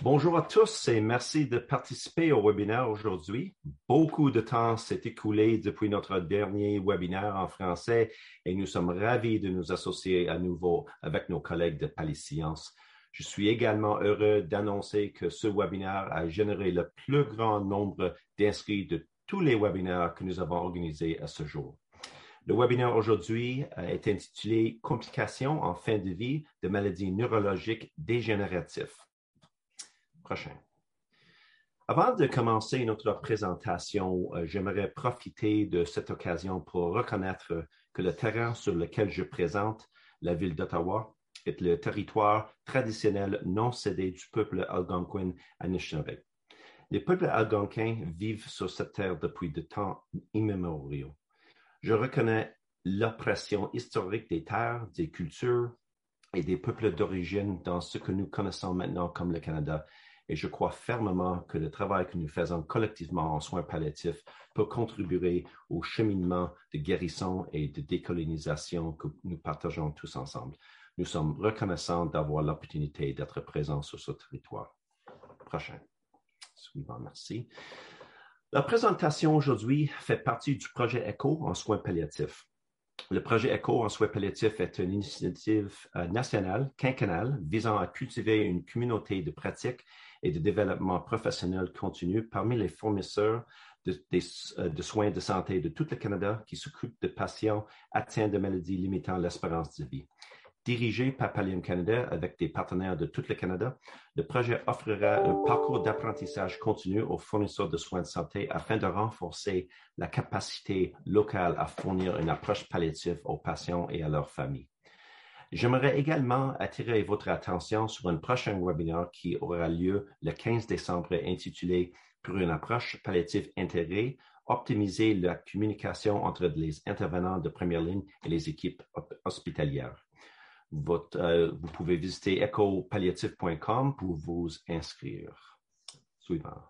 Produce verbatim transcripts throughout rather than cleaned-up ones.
Bonjour à tous et merci de participer au webinaire aujourd'hui. Beaucoup de temps s'est écoulé depuis notre dernier webinaire en français et nous sommes ravis de nous associer à nouveau avec nos collègues de Paliscience. Je suis également heureux d'annoncer que ce webinaire a généré le plus grand nombre d'inscrits de tous les webinaires que nous avons organisés à ce jour. Le webinaire aujourd'hui est intitulé « Complications en fin de vie de maladies neurologiques dégénératives ». Prochain. Avant de commencer notre présentation, euh, j'aimerais profiter de cette occasion pour reconnaître que le terrain sur lequel je présente, la ville d'Ottawa, est le territoire traditionnel non cédé du peuple algonquin Anishinaabe. Les peuples algonquins vivent sur cette terre depuis de temps immémoriaux. Je reconnais l'oppression historique des terres, des cultures et des peuples d'origine dans ce que nous connaissons maintenant comme le Canada. Et je crois fermement que le travail que nous faisons collectivement en soins palliatifs peut contribuer au cheminement de guérison et de décolonisation que nous partageons tous ensemble. Nous sommes reconnaissants d'avoir l'opportunité d'être présents sur ce territoire. Prochain. Suivant, merci. La présentation aujourd'hui fait partie du projet ECHO en soins palliatifs. Le projet ECHO en soins palliatifs est une initiative euh, nationale, quinquennale, visant à cultiver une communauté de pratiques et de développement professionnel continu parmi les fournisseurs de, de, de soins de santé de tout le Canada qui s'occupent de patients atteints de maladies limitant l'espérance de vie. Dirigé par Pallium Canada avec des partenaires de tout le Canada, le projet offrira un parcours d'apprentissage continu aux fournisseurs de soins de santé afin de renforcer la capacité locale à fournir une approche palliative aux patients et à leurs familles. J'aimerais également attirer votre attention sur un prochain webinaire qui aura lieu le quinze décembre intitulé « Pour une approche palliative intégrée, optimiser la communication entre les intervenants de première ligne et les équipes hospitalières ». Votre, euh, vous pouvez visiter echo palliative point com pour vous inscrire. Suivant.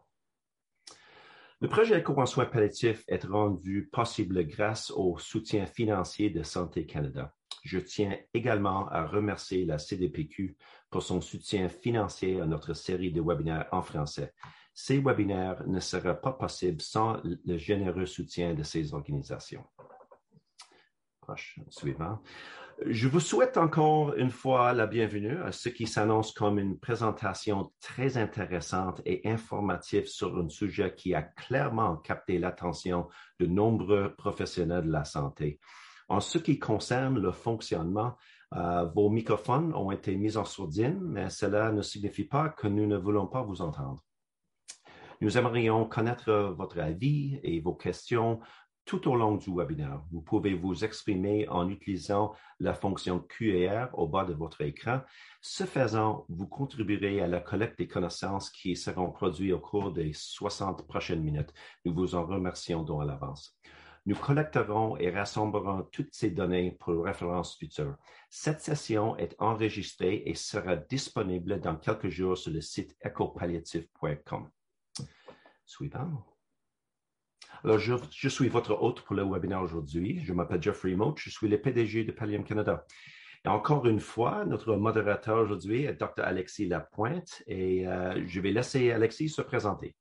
Le projet ECHO en soins palliatifs est rendu possible grâce au soutien financier de Santé Canada. Je tiens également à remercier la C D P Q pour son soutien financier à notre série de webinaires en français. Ces webinaires ne seraient pas possibles sans le généreux soutien de ces organisations. Prochain, suivant. Je vous souhaite encore une fois la bienvenue à ce qui s'annonce comme une présentation très intéressante et informative sur un sujet qui a clairement capté l'attention de nombreux professionnels de la santé. En ce qui concerne le fonctionnement, euh, vos microphones ont été mis en sourdine, mais cela ne signifie pas que nous ne voulons pas vous entendre. Nous aimerions connaître votre avis et vos questions tout au long du webinaire. Vous pouvez vous exprimer en utilisant la fonction Q R au bas de votre écran. Ce faisant, vous contribuerez à la collecte des connaissances qui seront produites au cours des soixante prochaines minutes. Nous vous en remercions donc à l'avance. Nous collecterons et rassemblerons toutes ces données pour référence future. Cette session est enregistrée et sera disponible dans quelques jours sur le site echo palliative point com. Suivant. Alors, je, je suis votre hôte pour le webinaire aujourd'hui. Je m'appelle Jeffrey Mote, je suis le P D G de Pallium Canada. Et encore une fois, notre modérateur aujourd'hui est Docteur Alexis Lapointe et euh, je vais laisser Alexis se présenter.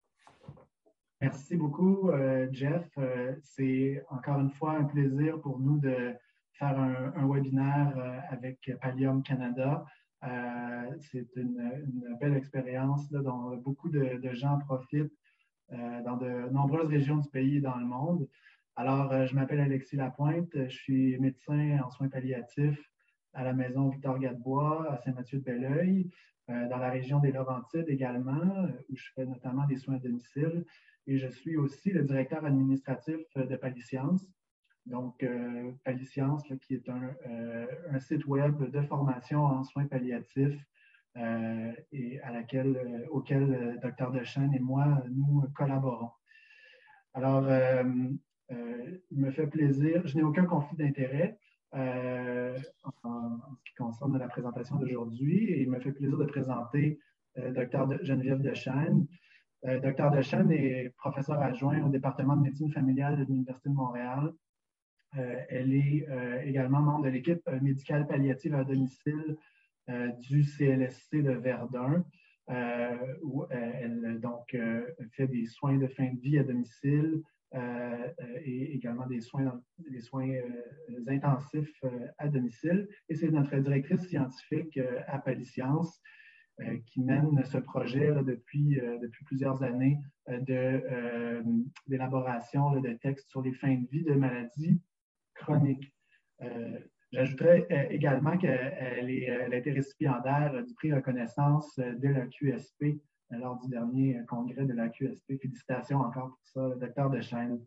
Merci beaucoup, euh, Jeff. Euh, c'est encore une fois un plaisir pour nous de faire un, un webinaire euh, avec Pallium Canada. Euh, c'est une, une belle expérience là, dont beaucoup de, de gens profitent euh, dans de nombreuses régions du pays et dans le monde. Alors, euh, je m'appelle Alexis Lapointe, je suis médecin en soins palliatifs à la maison Victor-Gadebois, à Saint-Mathieu-de-Belleuil, euh, dans la région des Laurentides également, où je fais notamment des soins à domicile. Et je suis aussi le directeur administratif de Paliscience. Donc, euh, Paliscience, là, qui est un, euh, un site web de formation en soins palliatifs euh, et à laquelle, euh, auquel euh, Docteur Dechaine et moi, nous collaborons. Alors, euh, euh, il me fait plaisir. Je n'ai aucun conflit d'intérêt euh, en, en ce qui concerne la présentation d'aujourd'hui et il me fait plaisir de présenter euh, Docteur De, Geneviève Dechaine. Euh, Docteur Dechaine est professeur adjoint au département de médecine familiale de l'Université de Montréal. Euh, elle est euh, également membre de l'équipe médicale palliative à domicile euh, du C L S C de Verdun. euh, où euh, elle donc, euh, fait des soins de fin de vie à domicile euh, et également des soins, dans, des soins euh, intensifs euh, à domicile. Et c'est notre directrice scientifique euh, à Paliscience euh, qui mène ce projet là, depuis, euh, depuis plusieurs années euh, de, euh, d'élaboration là, de textes sur les fins de vie de maladies chroniques. Euh, J'ajouterais euh, également qu'elle est, elle a été récipiendaire du prix reconnaissance de la Q S P euh, lors du dernier congrès de la Q S P. Félicitations encore pour ça, docteur Deschênes.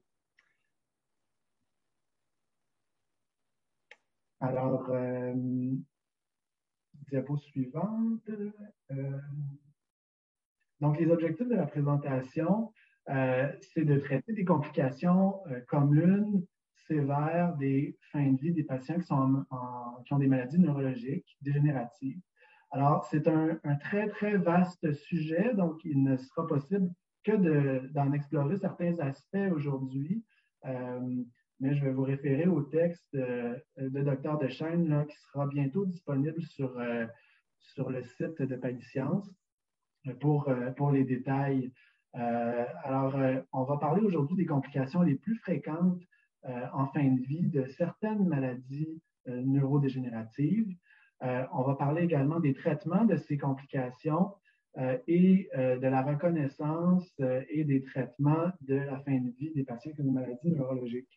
Alors, euh, diapo suivante. Euh, donc, les objectifs de la présentation, euh, c'est de traiter des complications euh, communes sévères des fins de vie des patients qui, sont en, en, qui ont des maladies neurologiques dégénératives. Alors, c'est un, un très, très vaste sujet, donc il ne sera possible que de, d'en explorer certains aspects aujourd'hui, euh, mais je vais vous référer au texte euh, de docteur Deschênes là, qui sera bientôt disponible sur, euh, sur le site de Paliscience pour, euh, pour les détails. Euh, alors, euh, on va parler aujourd'hui des complications les plus fréquentes Euh, en fin de vie de certaines maladies euh, neurodégénératives. Euh, on va parler également des traitements de ces complications euh, et euh, de la reconnaissance euh, et des traitements de la fin de vie des patients qui ont des maladies neurologiques.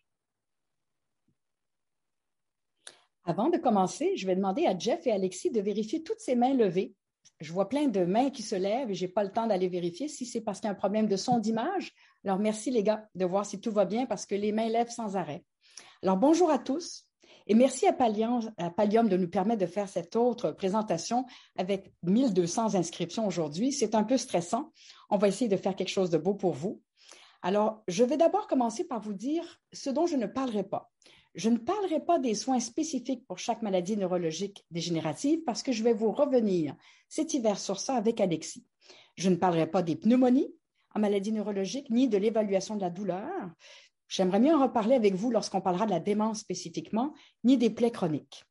Avant de commencer, je vais demander à Jeff et Alexis de vérifier toutes ces mains levées. Je vois plein de mains qui se lèvent et je n'ai pas le temps d'aller vérifier si c'est parce qu'il y a un problème de son d'image. Alors, merci les gars de voir si tout va bien parce que les mains lèvent sans arrêt. Alors, bonjour à tous et merci à Pallium, à Pallium de nous permettre de faire cette autre présentation avec mille deux cents inscriptions aujourd'hui. C'est un peu stressant. On va essayer de faire quelque chose de beau pour vous. Alors, je vais d'abord commencer par vous dire ce dont je ne parlerai pas. Je ne parlerai pas des soins spécifiques pour chaque maladie neurologique dégénérative parce que je vais vous revenir cet hiver sur ça avec Alexis. Je ne parlerai pas des pneumonies en maladie neurologique ni de l'évaluation de la douleur. J'aimerais mieux en reparler avec vous lorsqu'on parlera de la démence spécifiquement, ni des plaies chroniques.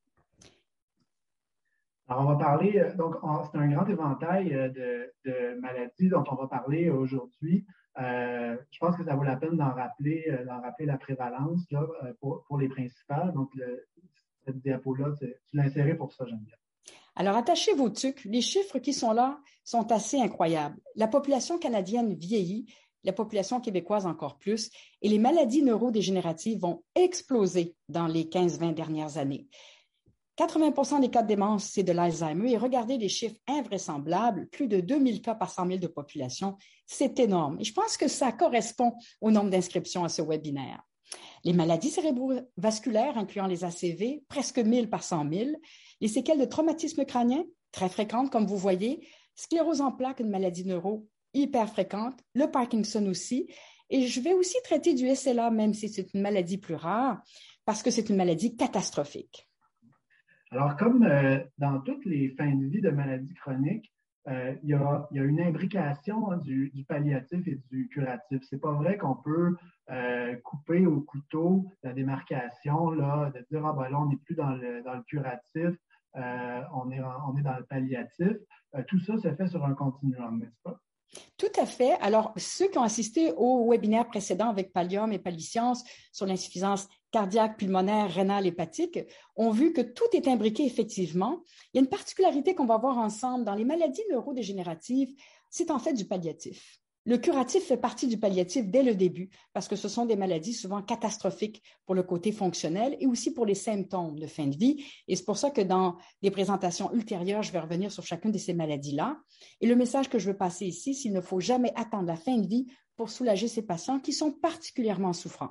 Alors, on va parler, donc, c'est un grand éventail de, de maladies dont on va parler aujourd'hui. Euh, je pense que ça vaut la peine d'en rappeler, d'en rappeler la prévalence là, pour, pour les principales. Donc, le, cette diapo-là, tu l'as insérée pour ça, Geneviève. Alors, attachez vos tucs. Les chiffres qui sont là sont assez incroyables. La population canadienne vieillit, la population québécoise encore plus, et les maladies neurodégénératives vont exploser dans les quinze vingt dernières années. quatre-vingts pour cent des cas de démence, c'est de l'Alzheimer. Et regardez les chiffres invraisemblables, plus de deux mille cas par cent mille de population. C'est énorme. Et je pense que ça correspond au nombre d'inscriptions à ce webinaire. Les maladies cérébrovasculaires, incluant les A C V, presque mille par cent mille. Les séquelles de traumatisme crânien, très fréquentes, comme vous voyez. Sclérose en plaques, une maladie neuro hyper fréquente. Le Parkinson aussi. Et je vais aussi traiter du S L A, même si c'est une maladie plus rare, parce que c'est une maladie catastrophique. Alors, comme euh, dans toutes les fins de vie de maladies chroniques, euh, il, y a, il y a une imbrication hein, du, du palliatif et du curatif. C'est pas vrai qu'on peut euh, couper au couteau la démarcation, là, de dire, ah ben là, on n'est plus dans le, dans le curatif, euh, on, est, on est dans le palliatif. Euh, tout ça se fait sur un continuum, n'est-ce pas? Tout à fait. Alors, ceux qui ont assisté au webinaire précédent avec Pallium et Paliscience sur l'insuffisance cardiaque, pulmonaire, rénale, hépatique, ont vu que tout est imbriqué effectivement. Il y a une particularité qu'on va voir ensemble dans les maladies neurodégénératives, c'est en fait du palliatif. Le curatif fait partie du palliatif dès le début parce que ce sont des maladies souvent catastrophiques pour le côté fonctionnel et aussi pour les symptômes de fin de vie. Et c'est pour ça que dans les présentations ultérieures, je vais revenir sur chacune de ces maladies-là. Et le message que je veux passer ici, c'est qu'il ne faut jamais attendre la fin de vie pour soulager ces patients qui sont particulièrement souffrants.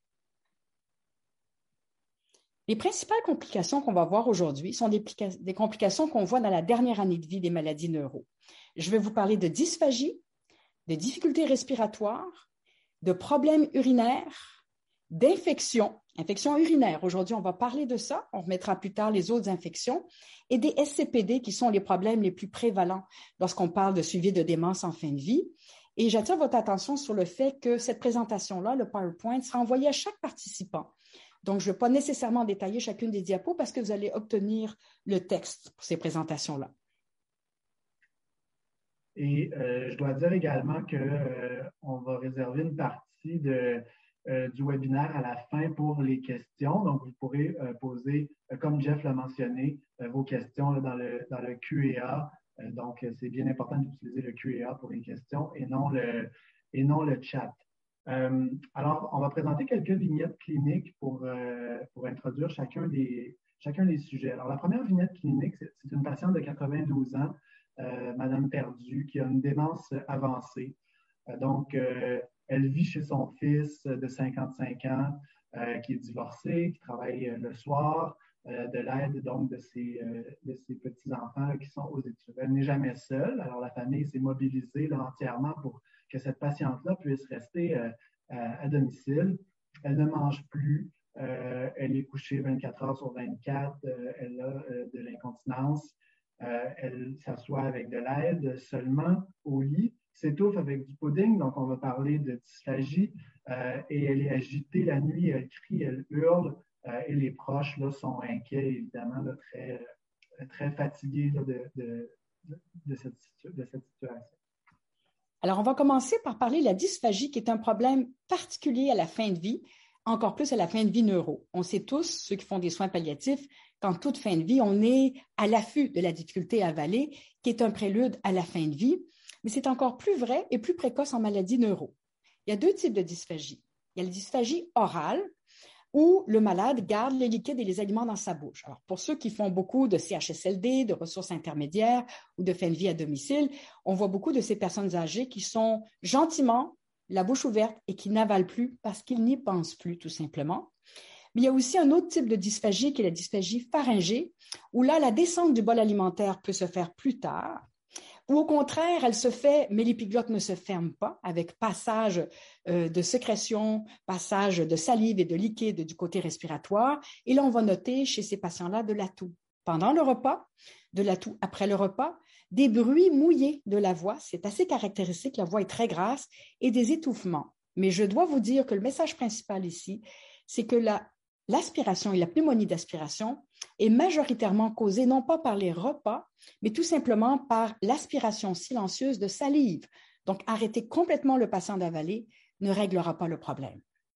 Les principales complications qu'on va voir aujourd'hui sont des, des complications qu'on voit dans la dernière année de vie des maladies neuro. Je vais vous parler de dysphagie, de difficultés respiratoires, de problèmes urinaires, d'infections, infections urinaires. Aujourd'hui, on va parler de ça. On remettra plus tard les autres infections et des S C P D qui sont les problèmes les plus prévalents lorsqu'on parle de suivi de démence en fin de vie. Et j'attire votre attention sur le fait que cette présentation-là, le PowerPoint, sera envoyé à chaque participant. Donc, je ne vais pas nécessairement détailler chacune des diapos parce que vous allez obtenir le texte pour ces présentations-là. Et euh, je dois dire également qu'on euh, va réserver une partie de, euh, du webinaire à la fin pour les questions. Donc, vous pourrez euh, poser, euh, comme Jeff l'a mentionné, euh, vos questions là, dans, le, dans le Q and A. Euh, donc, c'est bien important d'utiliser le Q and A pour les questions et non le, et non le chat. Euh, alors, on va présenter quelques vignettes cliniques pour, euh, pour introduire chacun des, chacun des sujets. Alors, la première vignette clinique, c'est, c'est une patiente de quatre-vingt-douze ans, euh, Madame Perdue, qui a une démence avancée. Euh, donc, euh, elle vit chez son fils de cinquante-cinq ans, euh, qui est divorcé, qui travaille euh, le soir, euh, de l'aide donc de ses, euh, de ses petits-enfants qui sont aux études. Elle n'est jamais seule, alors la famille s'est mobilisée là, entièrement pour que cette patiente-là puisse rester euh, à, à domicile. Elle ne mange plus, euh, elle est couchée vingt-quatre heures sur vingt-quatre, euh, elle a euh, de l'incontinence, euh, elle s'assoit avec de l'aide seulement au lit, s'étouffe avec du pudding, donc on va parler de dysphagie, euh, et elle est agitée la nuit, elle crie, elle hurle, euh, et les proches là, sont inquiets, évidemment, là, très, très fatigués là, de, de, de, de, cette, de cette situation. Alors, on va commencer par parler de la dysphagie, qui est un problème particulier à la fin de vie, encore plus à la fin de vie neuro. On sait tous, ceux qui font des soins palliatifs, qu'en toute fin de vie, on est à l'affût de la difficulté à avaler, qui est un prélude à la fin de vie. Mais c'est encore plus vrai et plus précoce en maladie neuro. Il y a deux types de dysphagie. Il y a la dysphagie orale, où le malade garde les liquides et les aliments dans sa bouche. Alors, pour ceux qui font beaucoup de C H S L D, de ressources intermédiaires ou de fin de vie à domicile, on voit beaucoup de ces personnes âgées qui sont gentiment la bouche ouverte et qui n'avalent plus parce qu'ils n'y pensent plus, tout simplement. Mais il y a aussi un autre type de dysphagie qui est la dysphagie pharyngée, où là, la descente du bol alimentaire peut se faire plus tard, ou au contraire, elle se fait, mais l'épiglotte ne se ferme pas, avec passage euh, de sécrétion, passage de salive et de liquide du côté respiratoire. Et là, on va noter chez ces patients-là de l'atout pendant le repas, de l'atout après le repas, des bruits mouillés de la voix, c'est assez caractéristique, la voix est très grasse, et des étouffements. Mais je dois vous dire que le message principal ici, c'est que la L'aspiration et la pneumonie d'aspiration est majoritairement causée non pas par les repas, mais tout simplement par l'aspiration silencieuse de salive. Donc, arrêter complètement le patient d'avaler ne réglera pas le problème.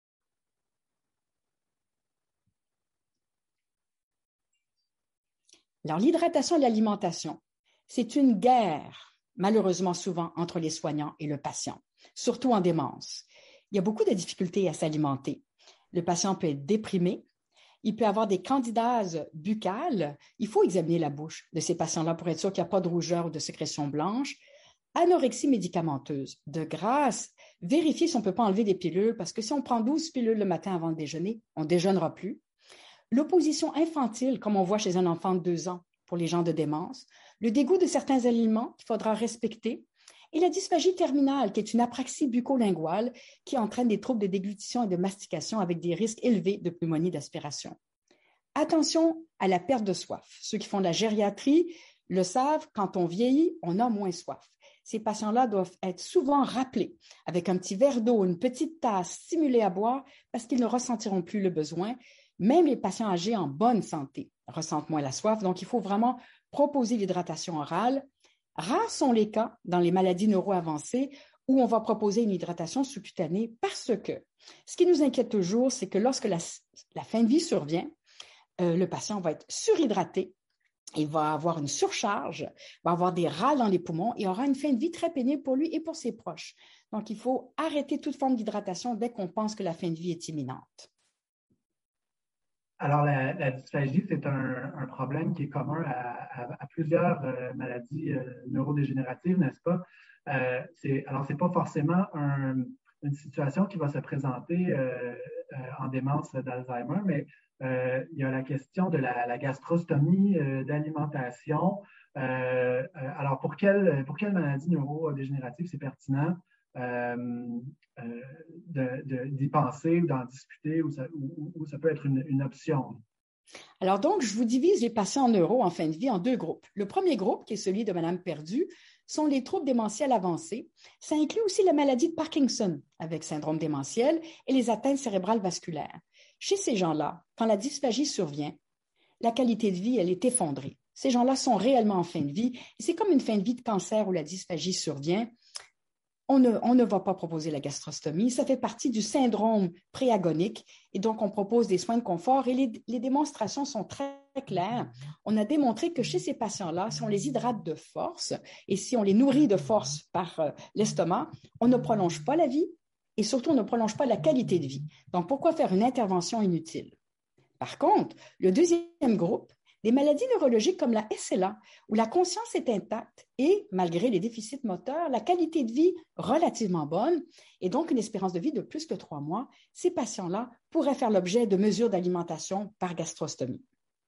Alors, l'hydratation et l'alimentation, c'est une guerre, malheureusement souvent, entre les soignants et le patient, surtout en démence. Il y a beaucoup de difficultés à s'alimenter. Le patient peut être déprimé, il peut avoir des candidases buccales. Il faut examiner la bouche de ces patients-là pour être sûr qu'il n'y a pas de rougeur ou de sécrétion blanche. Anorexie médicamenteuse. De grâce, vérifiez si on ne peut pas enlever des pilules, parce que si on prend douze pilules le matin avant le déjeuner, on ne déjeunera plus. L'opposition infantile, comme on voit chez un enfant de deux ans pour les gens de démence. Le dégoût de certains aliments qu'il faudra respecter. Et la dysphagie terminale, qui est une apraxie bucco-linguale qui entraîne des troubles de déglutition et de mastication avec des risques élevés de pneumonie d'aspiration. Attention à la perte de soif. Ceux qui font de la gériatrie le savent, quand on vieillit, on a moins soif. Ces patients-là doivent être souvent rappelés avec un petit verre d'eau, une petite tasse stimulée à boire parce qu'ils ne ressentiront plus le besoin. Même les patients âgés en bonne santé ressentent moins la soif. Donc, il faut vraiment proposer l'hydratation orale. Rares sont les cas dans les maladies neuro-avancées où on va proposer une hydratation sous-cutanée parce que ce qui nous inquiète toujours, c'est que lorsque la, la fin de vie survient, euh, le patient va être surhydraté, il va avoir une surcharge, va avoir des râles dans les poumons et aura une fin de vie très pénible pour lui et pour ses proches. Donc, il faut arrêter toute forme d'hydratation dès qu'on pense que la fin de vie est imminente. Alors, la, la dysphagie, c'est un, un problème qui est commun à, à, à plusieurs euh, maladies euh, neurodégénératives, n'est-ce pas? Euh, c'est, alors, ce n'est pas forcément un, une situation qui va se présenter euh, euh, en démence d'Alzheimer, mais euh, il y a la question de la, la gastrostomie euh, d'alimentation. Euh, euh, alors, pour quelle, pour quelle maladie neurodégénérative c'est pertinent? Euh, euh, de, de, d'y penser ou d'en discuter, ou ça, ou, ou ça peut être une, une option. Alors donc, je vous divise les patients en neuro en fin de vie en deux groupes. Le premier groupe, qui est celui de Madame Perdue, sont les troubles démentiels avancés. Ça inclut aussi la maladie de Parkinson avec syndrome démentiel et les atteintes cérébrales vasculaires. Chez ces gens-là, quand la dysphagie survient, la qualité de vie, elle est effondrée. Ces gens-là sont réellement en fin de vie. Et c'est comme une fin de vie de cancer où la dysphagie survient. On ne, on ne va pas proposer la gastrostomie. Ça fait partie du syndrome préagonique. Et donc, on propose des soins de confort et les, les démonstrations sont très claires. On a démontré que chez ces patients-là, si on les hydrate de force et si on les nourrit de force par euh, l'estomac, on ne prolonge pas la vie et surtout, on ne prolonge pas la qualité de vie. Donc, pourquoi faire une intervention inutile? Par contre, le deuxième groupe, des maladies neurologiques comme la S L A, où la conscience est intacte et, malgré les déficits moteurs, la qualité de vie relativement bonne et donc une espérance de vie de plus que trois mois, ces patients-là pourraient faire l'objet de mesures d'alimentation par gastrostomie.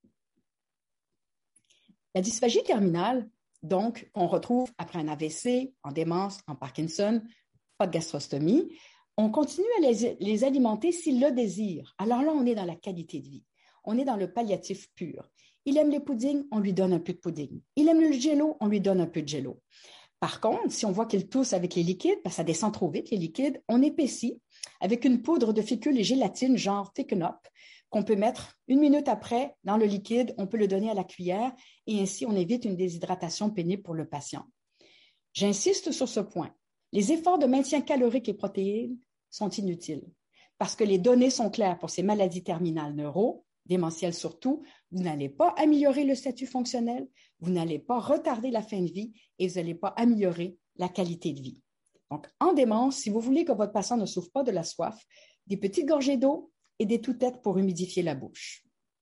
La dysphagie terminale, donc, qu'on retrouve après un A V C, en démence, en Parkinson, pas de gastrostomie, on continue à les, les alimenter s'ils le désirent. Alors là, on est dans la qualité de vie. On est dans le palliatif pur. Il aime les puddings, on lui donne un peu de pudding. Il aime le jello, on lui donne un peu de jello. Par contre, si on voit qu'il tousse avec les liquides, parce que ça descend trop vite, les liquides, on épaissit avec une poudre de fécule et gélatine genre Thicken Up qu'on peut mettre une minute après dans le liquide. On peut le donner à la cuillère et ainsi, on évite une déshydratation pénible pour le patient. J'insiste sur ce point. Les efforts de maintien calorique et protéines sont inutiles parce que les données sont claires pour ces maladies terminales neuro, démentielles surtout, vous n'allez pas améliorer le statut fonctionnel, vous n'allez pas retarder la fin de vie et vous n'allez pas améliorer la qualité de vie. Donc, en démence, si vous voulez que votre patient ne souffre pas de la soif, des petites gorgées d'eau et des toutèques pour humidifier la bouche.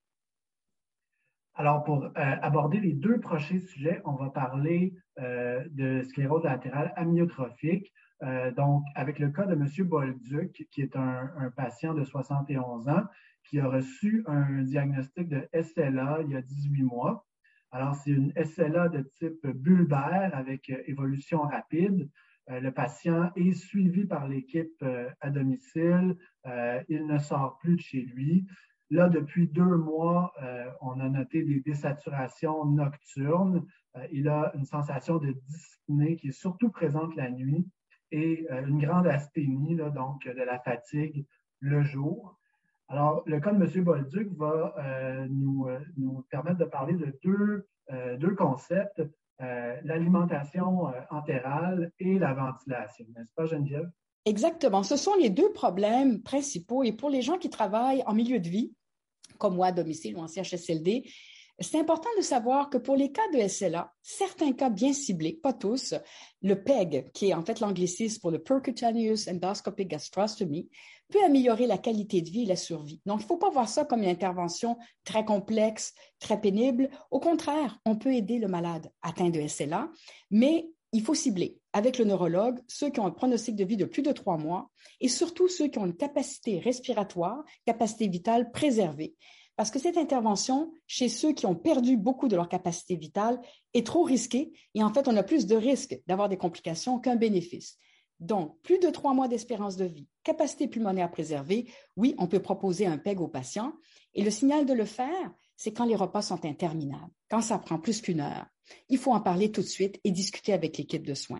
Alors, pour euh, aborder les deux prochains sujets, on va parler euh, de sclérose latérale amyotrophique. Euh, donc, avec le cas de M. Bolduc, qui est un, un patient de soixante et onze ans, qui a reçu un diagnostic de S L A il y a dix-huit mois. Alors, c'est une S L A de type bulbaire avec euh, évolution rapide. Euh, le patient est suivi par l'équipe euh, à domicile. Euh, il ne sort plus de chez lui. Là, depuis deux mois, euh, on a noté des désaturations nocturnes. Euh, il a une sensation de dyspnée qui est surtout présente la nuit et euh, une grande asthénie, là, donc de la fatigue le jour. Alors, le cas de M. Bolduc va euh, nous, euh, nous permettre de parler de deux, euh, deux concepts, euh, l'alimentation euh, entérale et la ventilation. N'est-ce pas, Geneviève? Exactement. Ce sont les deux problèmes principaux. Et pour les gens qui travaillent en milieu de vie, comme moi à domicile ou en C H S L D, c'est important de savoir que pour les cas de S L A, certains cas bien ciblés, pas tous, le P E G, qui est en fait l'anglicisme pour le Percutaneous Endoscopic Gastrostomy, peut améliorer la qualité de vie et la survie. Donc, il ne faut pas voir ça comme une intervention très complexe, très pénible. Au contraire, on peut aider le malade atteint de S L A, mais il faut cibler avec le neurologue ceux qui ont un pronostic de vie de plus de trois mois et surtout ceux qui ont une capacité respiratoire, capacité vitale préservée. Parce que cette intervention, chez ceux qui ont perdu beaucoup de leur capacité vitale, est trop risquée et en fait, on a plus de risques d'avoir des complications qu'un bénéfice. Donc, plus de trois mois d'espérance de vie, capacité pulmonaire préservée, oui, on peut proposer un P E G au patient. Et le signal de le faire, c'est quand les repas sont interminables, quand ça prend plus qu'une heure. Il faut en parler tout de suite et discuter avec l'équipe de soins.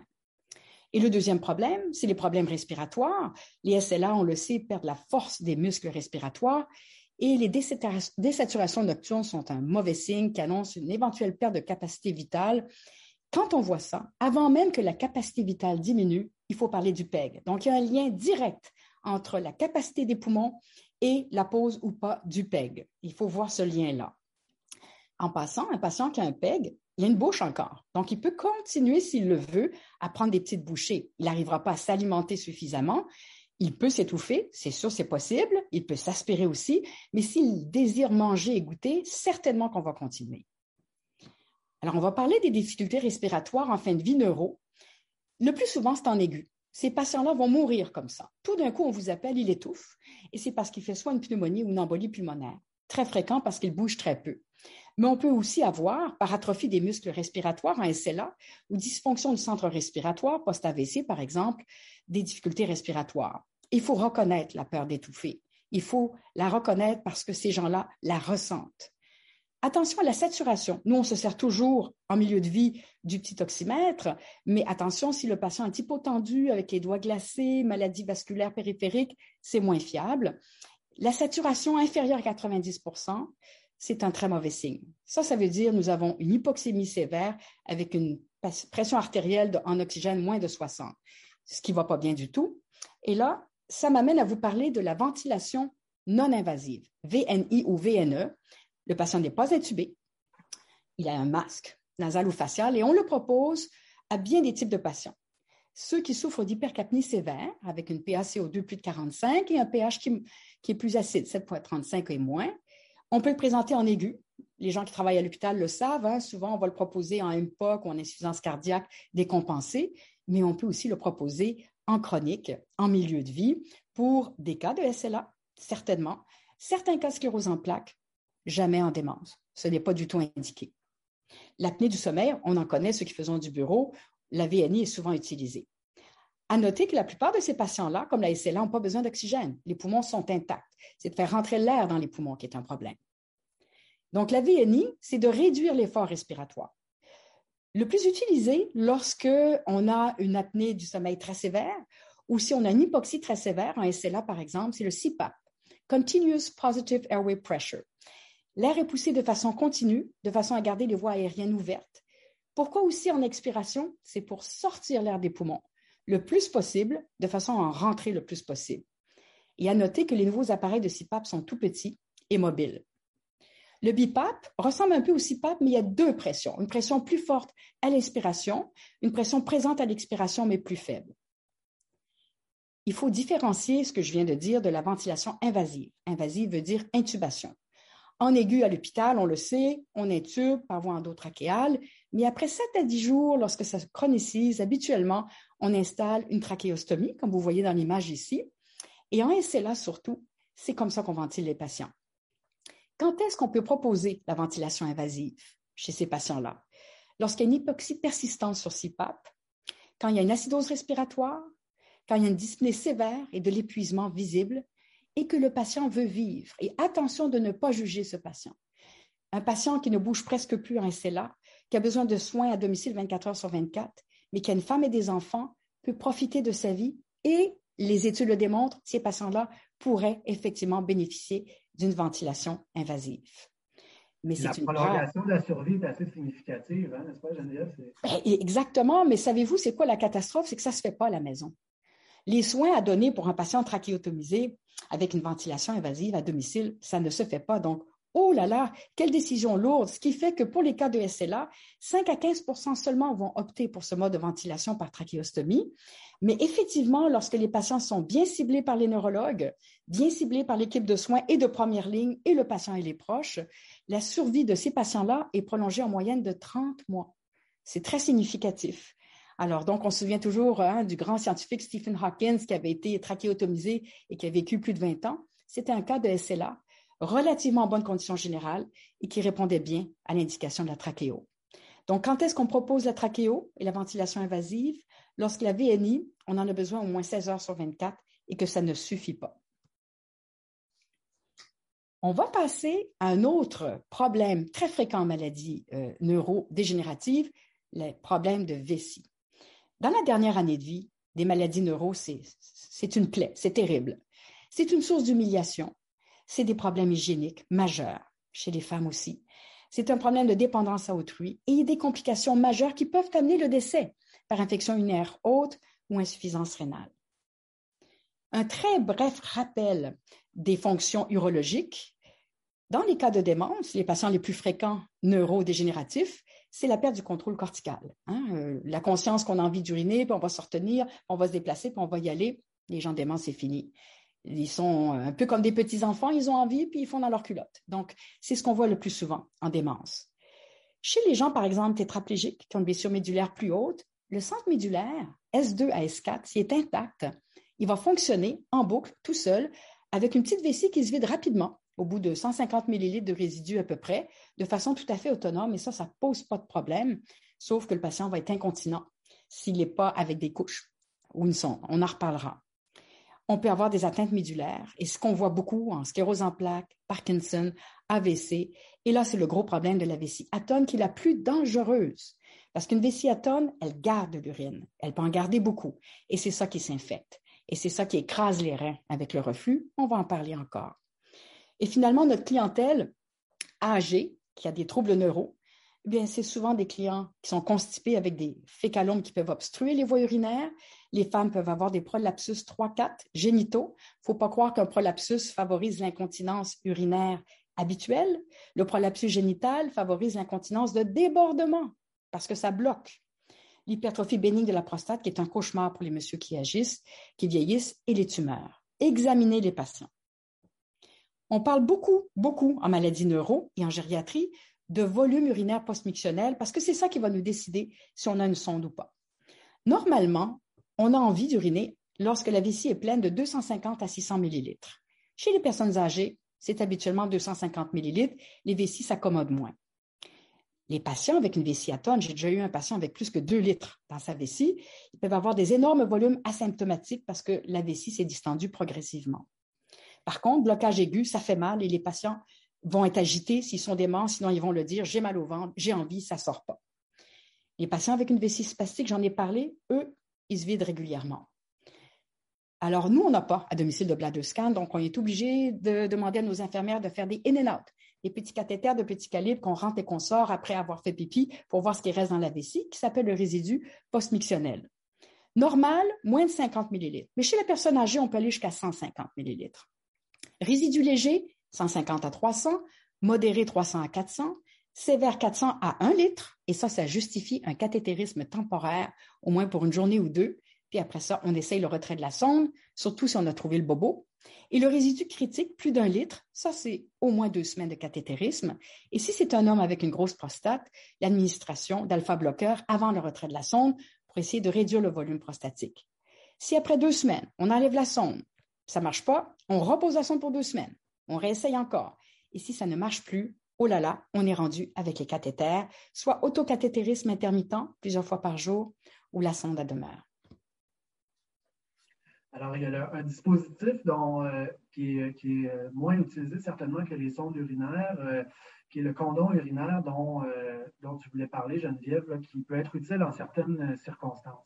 Et le deuxième problème, c'est les problèmes respiratoires. Les S L A, on le sait, perdent la force des muscles respiratoires et les désaturations nocturnes sont un mauvais signe qui annonce une éventuelle perte de capacité vitale. Quand on voit ça, avant même que la capacité vitale diminue, il faut parler du P E G. Donc, il y a un lien direct entre la capacité des poumons et la pose ou pas du P E G. Il faut voir ce lien-là. En passant, un patient qui a un P E G, il a une bouche encore. Donc, il peut continuer, s'il le veut, à prendre des petites bouchées. Il n'arrivera pas à s'alimenter suffisamment. Il peut s'étouffer, c'est sûr, c'est possible. Il peut s'aspirer aussi. Mais s'il désire manger et goûter, certainement qu'on va continuer. Alors, on va parler des difficultés respiratoires en fin de vie neuro. Le plus souvent, c'est en aigu. Ces patients-là vont mourir comme ça. Tout d'un coup, on vous appelle, il étouffe. Et c'est parce qu'il fait soit une pneumonie ou une embolie pulmonaire. Très fréquent parce qu'il bouge très peu. Mais on peut aussi avoir, par atrophie des muscles respiratoires en S L A ou dysfonction du centre respiratoire, post-A V C par exemple, des difficultés respiratoires. Il faut reconnaître la peur d'étouffer. Il faut la reconnaître parce que ces gens-là la ressentent. Attention à la saturation. Nous, on se sert toujours en milieu de vie du petit oxymètre, mais attention, si le patient est hypotendu avec les doigts glacés, maladie vasculaire périphérique, c'est moins fiable. La saturation inférieure à quatre-vingt-dix pour cent, c'est un très mauvais signe. Ça, ça veut dire que nous avons une hypoxémie sévère avec une pression artérielle de, en oxygène moins de soixante, ce qui ne va pas bien du tout. Et là, ça m'amène à vous parler de la ventilation non invasive, V N I ou V N E. Le patient n'est pas intubé, il a un masque nasal ou facial et on le propose à bien des types de patients. Ceux qui souffrent d'hypercapnie sévère, avec une P a C O deux plus de quarante-cinq et un pH qui, qui est plus acide, sept virgule trente-cinq et moins. On peut le présenter en aigu. Les gens qui travaillent à l'hôpital le savent. Hein. Souvent, on va le proposer en M P O C ou en insuffisance cardiaque décompensée, mais on peut aussi le proposer en chronique, en milieu de vie, pour des cas de S L A, certainement. Certains cas de sclérose en plaques, jamais en démence. Ce n'est pas du tout indiqué. L'apnée du sommeil, on en connaît, ceux qui font du bureau, la V N I est souvent utilisée. À noter que la plupart de ces patients-là, comme la S L A, n'ont pas besoin d'oxygène. Les poumons sont intacts. C'est de faire rentrer l'air dans les poumons qui est un problème. Donc, la V N I, c'est de réduire l'effort respiratoire. Le plus utilisé lorsqu'on a une apnée du sommeil très sévère ou si on a une hypoxie très sévère, en S L A par exemple, c'est le C PAP, Continuous Positive Airway Pressure. L'air est poussé de façon continue, de façon à garder les voies aériennes ouvertes. Pourquoi aussi en expiration? C'est pour sortir l'air des poumons le plus possible, de façon à en rentrer le plus possible. Et à noter que les nouveaux appareils de C PAP sont tout petits et mobiles. Le B PAP ressemble un peu au C PAP, mais il y a deux pressions. Une pression plus forte à l'inspiration, une pression présente à l'expiration, mais plus faible. Il faut différencier ce que je viens de dire de la ventilation invasive. Invasive veut dire intubation. En aigu à l'hôpital, on le sait, on intube par voie endotrachéale, mais après sept à dix jours, lorsque ça se chronicise, habituellement, on installe une trachéostomie, comme vous voyez dans l'image ici. Et en S L A surtout, c'est comme ça qu'on ventile les patients. Quand est-ce qu'on peut proposer la ventilation invasive chez ces patients-là? Lorsqu'il y a une hypoxie persistante sur C PAP, quand il y a une acidose respiratoire, quand il y a une dyspnée sévère et de l'épuisement visible, et que le patient veut vivre. Et attention de ne pas juger ce patient. Un patient qui ne bouge presque plus en S L A, qui a besoin de soins à domicile vingt-quatre heures sur vingt-quatre, mais qui a une femme et des enfants, peut profiter de sa vie et, les études le démontrent, ces patients-là pourraient effectivement bénéficier d'une ventilation invasive. Mais la c'est une prolongation grave... de la survie est assez significative, hein, n'est-ce pas, Geneviève? Ben, exactement, mais savez-vous, c'est quoi la catastrophe? C'est que ça ne se fait pas à la maison. Les soins à donner pour un patient trachéotomisé avec une ventilation invasive à domicile, ça ne se fait pas. Donc, oh là là, quelle décision lourde, ce qui fait que pour les cas de S L A, cinq à quinze pour cent seulement vont opter pour ce mode de ventilation par trachéostomie. Mais effectivement, lorsque les patients sont bien ciblés par les neurologues, bien ciblés par l'équipe de soins et de première ligne et le patient et les proches, la survie de ces patients-là est prolongée en moyenne de trente mois. C'est très significatif. Alors, donc, on se souvient toujours hein, du grand scientifique Stephen Hawking qui avait été trachéotomisé et qui a vécu plus de vingt ans. C'était un cas de S L A, relativement en bonne condition générale et qui répondait bien à l'indication de la trachéo. Donc, quand est-ce qu'on propose la trachéo et la ventilation invasive? Lorsque la V N I, on en a besoin au moins seize heures sur vingt-quatre et que ça ne suffit pas. On va passer à un autre problème très fréquent en maladie euh, neurodégénérative, le problème de vessie. Dans la dernière année de vie, des maladies neuro, c'est, c'est une plaie, c'est terrible. C'est une source d'humiliation. C'est des problèmes hygiéniques majeurs, chez les femmes aussi. C'est un problème de dépendance à autrui et des complications majeures qui peuvent amener le décès par infection urinaire haute ou insuffisance rénale. Un très bref rappel des fonctions urologiques. Dans les cas de démence, les patients les plus fréquents neurodégénératifs, c'est la perte du contrôle cortical. Hein? Euh, la conscience qu'on a envie d'uriner, puis on va se retenir, on va se déplacer, puis on va y aller. Les gens déments, c'est fini. Ils sont un peu comme des petits-enfants, ils ont envie, puis ils font dans leur culotte. Donc, c'est ce qu'on voit le plus souvent en démence. Chez les gens, par exemple, tétraplégiques, qui ont une blessure médulaire plus haute, le centre médulaire, S deux à S quatre, s'il est intact, il va fonctionner en boucle, tout seul, avec une petite vessie qui se vide rapidement, au bout de cent cinquante millilitres de résidus à peu près, de façon tout à fait autonome, et ça, ça ne pose pas de problème, sauf que le patient va être incontinent s'il n'est pas avec des couches ou une sonde. On en reparlera. On peut avoir des atteintes médulaires, et ce qu'on voit beaucoup en sclérose en plaques, Parkinson, A V C, et là, c'est le gros problème de la vessie atone qui est la plus dangereuse, parce qu'une vessie atone, elle garde de l'urine, elle peut en garder beaucoup, et c'est ça qui s'infecte, et c'est ça qui écrase les reins avec le reflux, on va en parler encore. Et finalement, notre clientèle âgé, qui a des troubles neuraux, eh bien, c'est souvent des clients qui sont constipés avec des fécalomes qui peuvent obstruer les voies urinaires. Les femmes peuvent avoir des prolapsus trois quatre génitaux. Il ne faut pas croire qu'un prolapsus favorise l'incontinence urinaire habituelle. Le prolapsus génital favorise l'incontinence de débordement parce que ça bloque. L'hypertrophie bénigne de la prostate, qui est un cauchemar pour les messieurs qui agissent, qui vieillissent, et les tumeurs. Examinez les patients. On parle beaucoup, beaucoup en maladie neuro et en gériatrie de volume urinaire post-mictionnel parce que c'est ça qui va nous décider si on a une sonde ou pas. Normalement, on a envie d'uriner lorsque la vessie est pleine de deux cent cinquante à six cents millilitres. Chez les personnes âgées, c'est habituellement deux cent cinquante millilitres. Les vessies s'accommodent moins. Les patients avec une vessie atone, j'ai déjà eu un patient avec plus que deux litres dans sa vessie, ils peuvent avoir des énormes volumes asymptomatiques parce que la vessie s'est distendue progressivement. Par contre, blocage aigu, ça fait mal et les patients vont être agités s'ils sont déments, sinon ils vont le dire, j'ai mal au ventre, j'ai envie, ça ne sort pas. Les patients avec une vessie spastique, j'en ai parlé, eux, ils se vident régulièrement. Alors, nous, on n'a pas à domicile de bladder scan, donc on est obligé de demander à nos infirmières de faire des in and out, des petits cathéters de petit calibre qu'on rentre et qu'on sort après avoir fait pipi pour voir ce qui reste dans la vessie, qui s'appelle le résidu post-mictionnel. Normal, moins de cinquante millilitres. Mais chez les personnes âgées, on peut aller jusqu'à cent cinquante millilitres. Résidu léger, cent cinquante à trois cents, modéré trois cents à quatre cents, sévère quatre cents à un litre, et ça, ça justifie un cathétérisme temporaire, au moins pour une journée ou deux. Puis après ça, on essaye le retrait de la sonde, surtout si on a trouvé le bobo. Et le résidu critique, plus d'un litre, ça, c'est au moins deux semaines de cathétérisme. Et si c'est un homme avec une grosse prostate, l'administration d'alpha-bloqueurs avant le retrait de la sonde pour essayer de réduire le volume prostatique. Si après deux semaines, on enlève la sonde, ça ne marche pas, on repose la sonde pour deux semaines, on réessaye encore. Et si ça ne marche plus, oh là là, on est rendu avec les cathéters, soit autocathétérisme intermittent, plusieurs fois par jour, ou la sonde à demeure. Alors, il y a le, un dispositif dont, euh, qui, est, qui est moins utilisé certainement que les sondes urinaires, euh, qui est le condom urinaire dont, euh, dont tu voulais parler, Geneviève, là, qui peut être utile en certaines circonstances.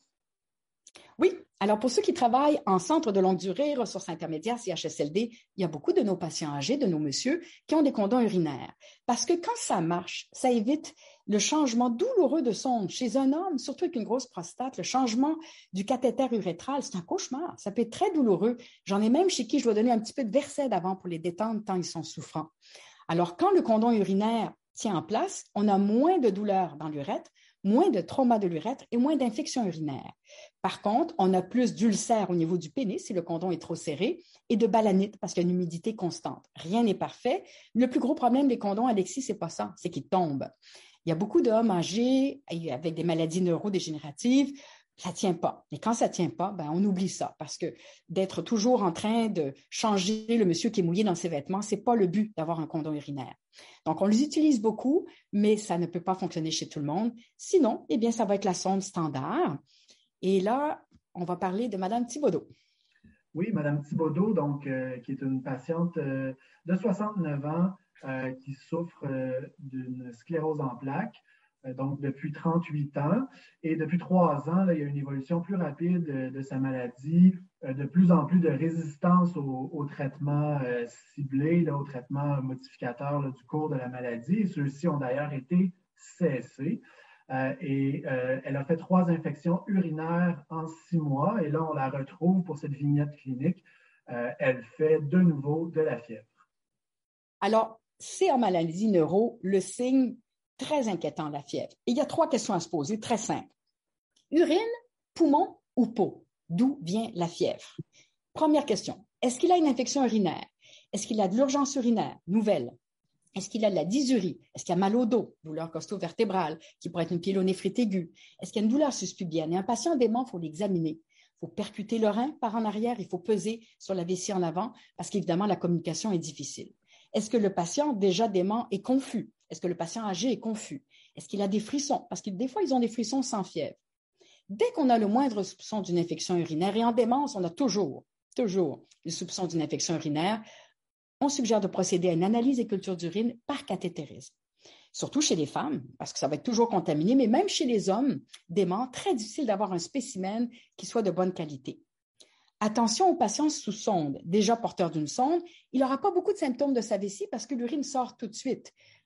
Oui, alors pour ceux qui travaillent en centre de longue durée, ressources intermédiaires, C H S L D, il y a beaucoup de nos patients âgés, de nos messieurs, qui ont des condoms urinaires. Parce que quand ça marche, ça évite le changement douloureux de sonde. Chez un homme, surtout avec une grosse prostate, le changement du cathéter urétral, c'est un cauchemar. Ça peut être très douloureux. J'en ai même chez qui je dois donner un petit peu de Versed avant pour les détendre tant ils sont souffrants. Alors, quand le condom urinaire tient en place, on a moins de douleur dans l'urètre, moins de trauma de l'urètre et moins d'infections urinaires. Par contre, on a plus d'ulcères au niveau du pénis si le condom est trop serré et de balanite parce qu'il y a une humidité constante. Rien n'est parfait. Le plus gros problème des condoms, Alexis, c'est pas ça, c'est qu'ils tombent. Il y a beaucoup d'hommes âgés avec des maladies neurodégénératives, ça ne tient pas. Et quand ça ne tient pas, ben, on oublie ça parce que d'être toujours en train de changer le monsieur qui est mouillé dans ses vêtements, ce n'est pas le but d'avoir un condom urinaire. Donc, on les utilise beaucoup, mais ça ne peut pas fonctionner chez tout le monde. Sinon, eh bien, ça va être la sonde standard. Et là, on va parler de Mme Thibodeau. Oui, Mme Thibodeau, donc, euh, qui est une patiente euh, de soixante-neuf ans euh, qui souffre euh, d'une sclérose en plaques. Donc, depuis trente-huit ans. Et depuis trois ans, là, il y a une évolution plus rapide de, de sa maladie, euh, de plus en plus de résistance au, au traitement euh, ciblé, là, au traitement modificateur là, du cours de la maladie. Et ceux-ci ont d'ailleurs été cessés. Euh, et euh, elle a fait trois infections urinaires en six mois. Et là, on la retrouve pour cette vignette clinique. Euh, elle fait de nouveau de la fièvre. Alors, c'est en maladie neuro le signe très inquiétant, la fièvre. Et il y a trois questions à se poser, très simples. Urine, poumon ou peau? D'où vient la fièvre? Première question. Est-ce qu'il a une infection urinaire? Est-ce qu'il a de l'urgence urinaire? Nouvelle. Est-ce qu'il a de la dysurie? Est-ce qu'il a mal au dos? Douleur costo-vertébrale, qui pourrait être une pyélonéphrite aiguë? Est-ce qu'il y a une douleur suspubienne? Et un patient dément, il faut l'examiner. Il faut percuter le rein par en arrière, il faut peser sur la vessie en avant, parce qu'évidemment, la communication est difficile. Est-ce que le patient déjà dément est confus? Est-ce que le patient âgé est confus? Est-ce qu'il a des frissons? Parce que des fois, ils ont des frissons sans fièvre. Dès qu'on a le moindre soupçon d'une infection urinaire, et en démence, on a toujours, toujours le soupçon d'une infection urinaire, on suggère de procéder à une analyse et culture d'urine par cathétérisme. Surtout chez les femmes, parce que ça va être toujours contaminé, mais même chez les hommes, dément, très difficile d'avoir un spécimen qui soit de bonne qualité. Attention aux patients sous sonde. Déjà porteur d'une sonde, il n'aura pas beaucoup de symptômes de sa vessie parce que l'urine sort tout de suite.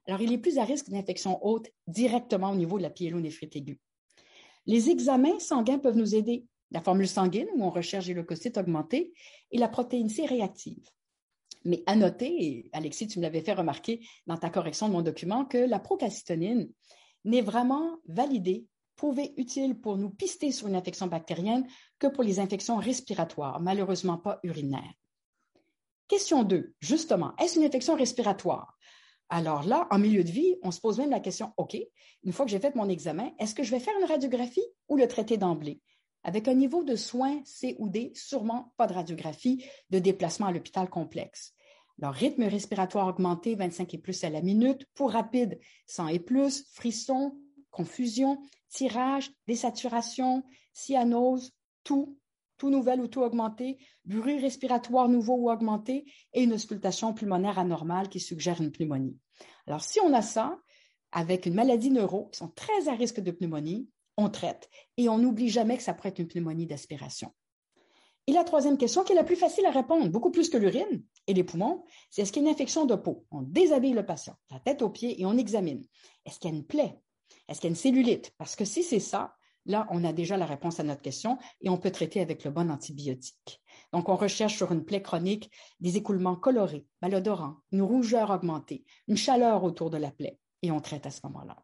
Alors, il est plus à risque d'infection haute directement au niveau de la pyélonéphrite aiguë. Les examens sanguins peuvent nous aider. La formule sanguine, où on recherche les leucocytes augmentés, et la protéine C réactive. Mais à noter, et Alexis, tu me l'avais fait remarquer dans ta correction de mon document, que la procalcitonine n'est vraiment validée, prouvée utile pour nous pister sur une infection bactérienne que pour les infections respiratoires, malheureusement pas urinaires. Question deux, justement, est-ce une infection respiratoire? Alors là, en milieu de vie, on se pose même la question, OK, une fois que j'ai fait mon examen, est-ce que je vais faire une radiographie ou le traiter d'emblée? Avec un niveau de soins C ou D, sûrement pas de radiographie, de déplacement à l'hôpital complexe. Leur rythme respiratoire augmenté, vingt-cinq et plus à la minute, pouls rapide, cent et plus, frissons, confusion, tirage, désaturation, cyanose, tout, tout nouvel ou tout augmenté, bruit respiratoire nouveau ou augmenté et une auscultation pulmonaire anormale qui suggère une pneumonie. Alors, si on a ça, avec une maladie neuro, qui sont très à risque de pneumonie, on traite et on n'oublie jamais que ça pourrait être une pneumonie d'aspiration. Et la troisième question, qui est la plus facile à répondre, beaucoup plus que l'urine et les poumons, c'est est-ce qu'il y a une infection de peau? On déshabille le patient, la tête aux pieds, et on examine. Est-ce qu'il y a une plaie? Est-ce qu'il y a une cellulite? Parce que si c'est ça, là, on a déjà la réponse à notre question et on peut traiter avec le bon antibiotique. Donc, on recherche sur une plaie chronique des écoulements colorés, malodorants, une rougeur augmentée, une chaleur autour de la plaie et on traite à ce moment-là.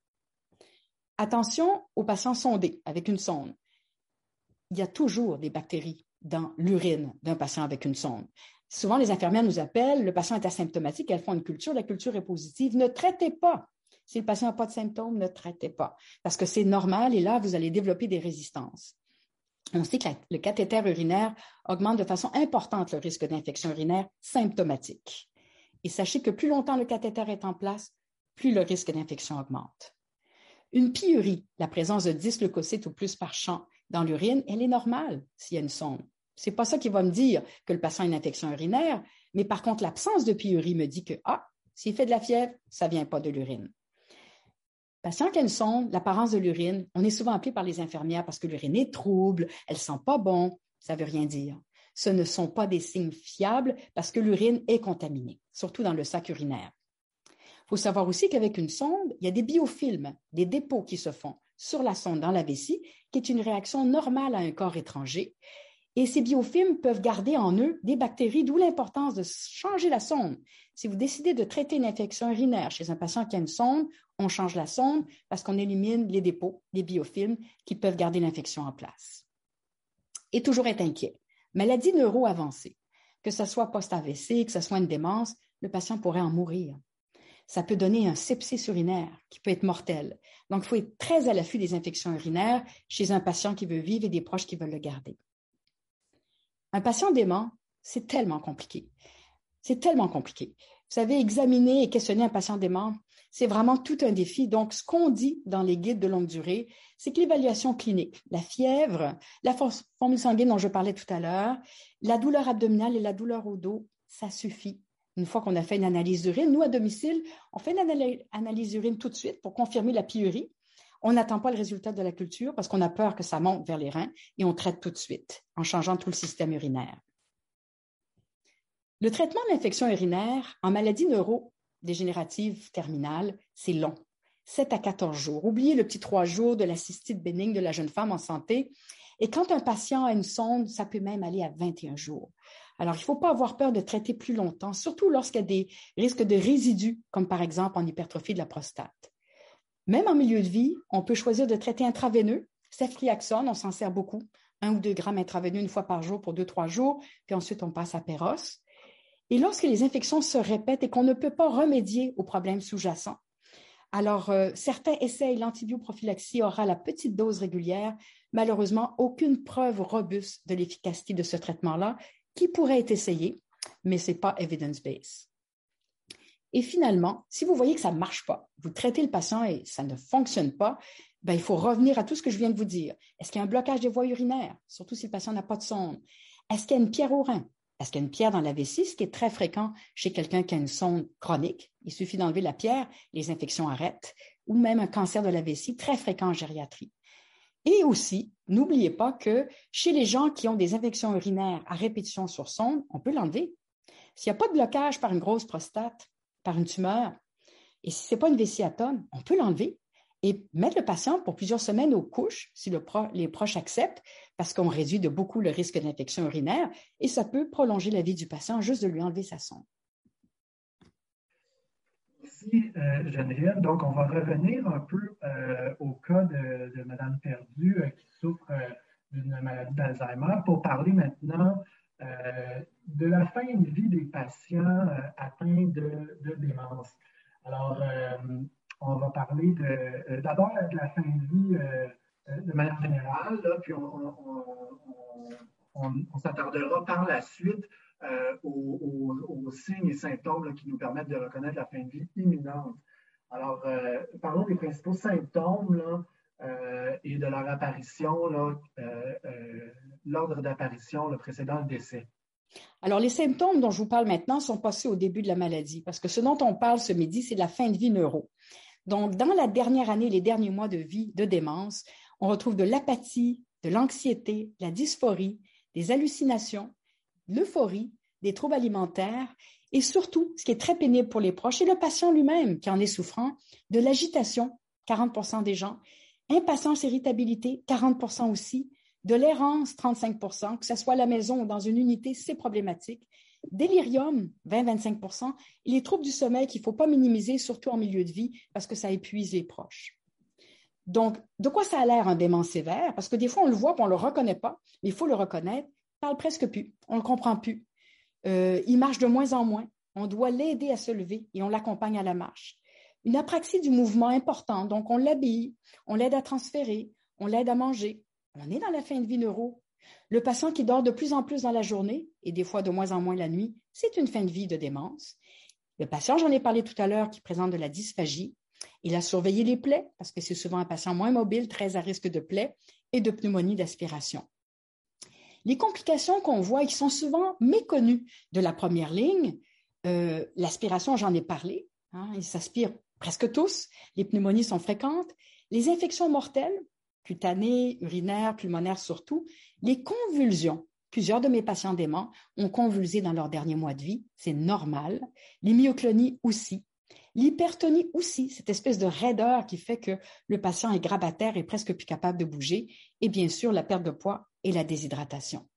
Attention aux patients sondés avec une sonde. Il y a toujours des bactéries dans l'urine d'un patient avec une sonde. Souvent, les infirmières nous appellent, le patient est asymptomatique, elles font une culture, la culture est positive. Ne traitez pas. Si le patient n'a pas de symptômes, ne traitez pas, parce que c'est normal et là, vous allez développer des résistances. On sait que la, le cathéter urinaire augmente de façon importante le risque d'infection urinaire symptomatique. Et sachez que plus longtemps le cathéter est en place, plus le risque d'infection augmente. Une pyurie, la présence de dix leucocytes ou plus par champ dans l'urine, elle est normale s'il y a une sonde. Ce n'est pas ça qui va me dire que le patient a une infection urinaire, mais par contre, l'absence de pyurie me dit que, ah, s'il fait de la fièvre, ça ne vient pas de l'urine. Patient qui a une sonde, l'apparence de l'urine, on est souvent appelé par les infirmières parce que l'urine est trouble, elle ne sent pas bon, ça ne veut rien dire. Ce ne sont pas des signes fiables parce que l'urine est contaminée, surtout dans le sac urinaire. Il faut savoir aussi qu'avec une sonde, il y a des biofilms, des dépôts qui se font sur la sonde dans la vessie, qui est une réaction normale à un corps étranger. Et ces biofilms peuvent garder en eux des bactéries, d'où l'importance de changer la sonde. Si vous décidez de traiter une infection urinaire chez un patient qui a une sonde, on change la sonde parce qu'on élimine les dépôts, les biofilms qui peuvent garder l'infection en place. Et toujours être inquiet. Maladie neuro-avancée, que ce soit post-A V C, que ce soit une démence, le patient pourrait en mourir. Ça peut donner un sepsis urinaire qui peut être mortel. Donc, il faut être très à l'affût des infections urinaires chez un patient qui veut vivre et des proches qui veulent le garder. Un patient dément, c'est tellement compliqué. C'est tellement compliqué. Vous savez, examiner et questionner un patient dément, c'est vraiment tout un défi. Donc, ce qu'on dit dans les guides de longue durée, c'est que l'évaluation clinique, la fièvre, la formule sanguine dont je parlais tout à l'heure, la douleur abdominale et la douleur au dos, ça suffit. Une fois qu'on a fait une analyse d'urine, nous, à domicile, on fait une analyse d'urine tout de suite pour confirmer la pyurie. On n'attend pas le résultat de la culture parce qu'on a peur que ça monte vers les reins et on traite tout de suite en changeant tout le système urinaire. Le traitement de l'infection urinaire en maladie neurodégénérative terminale, c'est long, sept à quatorze jours. Oubliez le petit trois jours de la cystite bénigne de la jeune femme en santé. Et quand un patient a une sonde, ça peut même aller à vingt et un jours. Alors, il ne faut pas avoir peur de traiter plus longtemps, surtout lorsqu'il y a des risques de résidus, comme par exemple en hypertrophie de la prostate. Même en milieu de vie, on peut choisir de traiter intraveineux. Ceftriaxone, on s'en sert beaucoup, un ou deux grammes intraveineux une fois par jour pour deux, trois jours, puis ensuite on passe à Péros. Et lorsque les infections se répètent et qu'on ne peut pas remédier aux problèmes sous-jacents, alors euh, certains essayent l'antibioprophylaxie orale à petite dose régulière. Malheureusement, aucune preuve robuste de l'efficacité de ce traitement-là qui pourrait être essayé, mais ce n'est pas evidence-based. Et finalement, si vous voyez que ça ne marche pas, vous traitez le patient et ça ne fonctionne pas, ben, il faut revenir à tout ce que je viens de vous dire. Est-ce qu'il y a un blocage des voies urinaires, surtout si le patient n'a pas de sonde? Est-ce qu'il y a une pierre au rein? Est-ce qu'il y a une pierre dans la vessie, ce qui est très fréquent chez quelqu'un qui a une sonde chronique? Il suffit d'enlever la pierre, les infections arrêtent, ou même un cancer de la vessie, très fréquent en gériatrie. Et aussi, n'oubliez pas que chez les gens qui ont des infections urinaires à répétition sur sonde, on peut l'enlever. S'il n'y a pas de blocage par une grosse prostate, par une tumeur, Et si ce n'est pas une vessie atone, on peut l'enlever et mettre le patient pour plusieurs semaines aux couches, si le pro, les proches acceptent, parce qu'on réduit de beaucoup le risque d'infection urinaire et ça peut prolonger la vie du patient juste de lui enlever sa sonde. Merci, euh, Geneviève. Donc, on va revenir un peu euh, au cas de, de Mme Perdu euh, qui souffre euh, d'une maladie d'Alzheimer pour parler maintenant euh, de la fin de vie des patients euh, atteints de, de démence. Alors, euh, on va parler de, euh, d'abord de la fin de vie euh, de manière générale, là, puis on, on, on, on, on s'attardera par la suite euh, aux, aux, aux signes et symptômes là, qui nous permettent de reconnaître la fin de vie imminente. Alors, euh, parlons des principaux symptômes là, euh, et de leur apparition, là, euh, euh, l'ordre d'apparition le précédant le décès. Alors, les symptômes dont je vous parle maintenant sont passés au début de la maladie, parce que ce dont on parle ce midi, c'est de la fin de vie neuro. Donc, dans la dernière année, les derniers mois de vie de démence, on retrouve de l'apathie, de l'anxiété, de la dysphorie, des hallucinations, de l'euphorie, des troubles alimentaires et surtout, ce qui est très pénible pour les proches et le patient lui-même qui en est souffrant, de l'agitation, quarante pour cent des gens, impatience, irritabilité, quarante pour cent aussi, de l'errance, trente-cinq pour cent, que ce soit à la maison ou dans une unité, c'est problématique, délirium, vingt à vingt-cinq pour cent, et les troubles du sommeil qu'il ne faut pas minimiser, surtout en milieu de vie, parce que ça épuise les proches. Donc, de quoi ça a l'air un démence sévère? Parce que des fois, on le voit et on ne le reconnaît pas, mais il faut le reconnaître. Il ne parle presque plus, on ne le comprend plus. Euh, il marche de moins en moins. On doit l'aider à se lever et on l'accompagne à la marche. Une apraxie du mouvement importante, donc on l'habille, on l'aide à transférer, on l'aide à manger. On est dans la fin de vie neuro. Le patient qui dort de plus en plus dans la journée et des fois de moins en moins la nuit, c'est une fin de vie de démence. Le patient, j'en ai parlé tout à l'heure, qui présente de la dysphagie. Il a surveillé les plaies parce que c'est souvent un patient moins mobile, très à risque de plaies et de pneumonie d'aspiration. Les complications qu'on voit et qui sont souvent méconnues de la première ligne, euh, l'aspiration, j'en ai parlé, hein, ils s'aspirent presque tous, les pneumonies sont fréquentes, les infections mortelles, cutanées, urinaires, pulmonaires surtout, les convulsions. Plusieurs de mes patients déments ont convulsé dans leurs derniers mois de vie, c'est normal. Les myoclonies aussi. L'hypertonie aussi, cette espèce de raideur qui fait que le patient est grabataire et presque plus capable de bouger. Et bien sûr, la perte de poids et la déshydratation.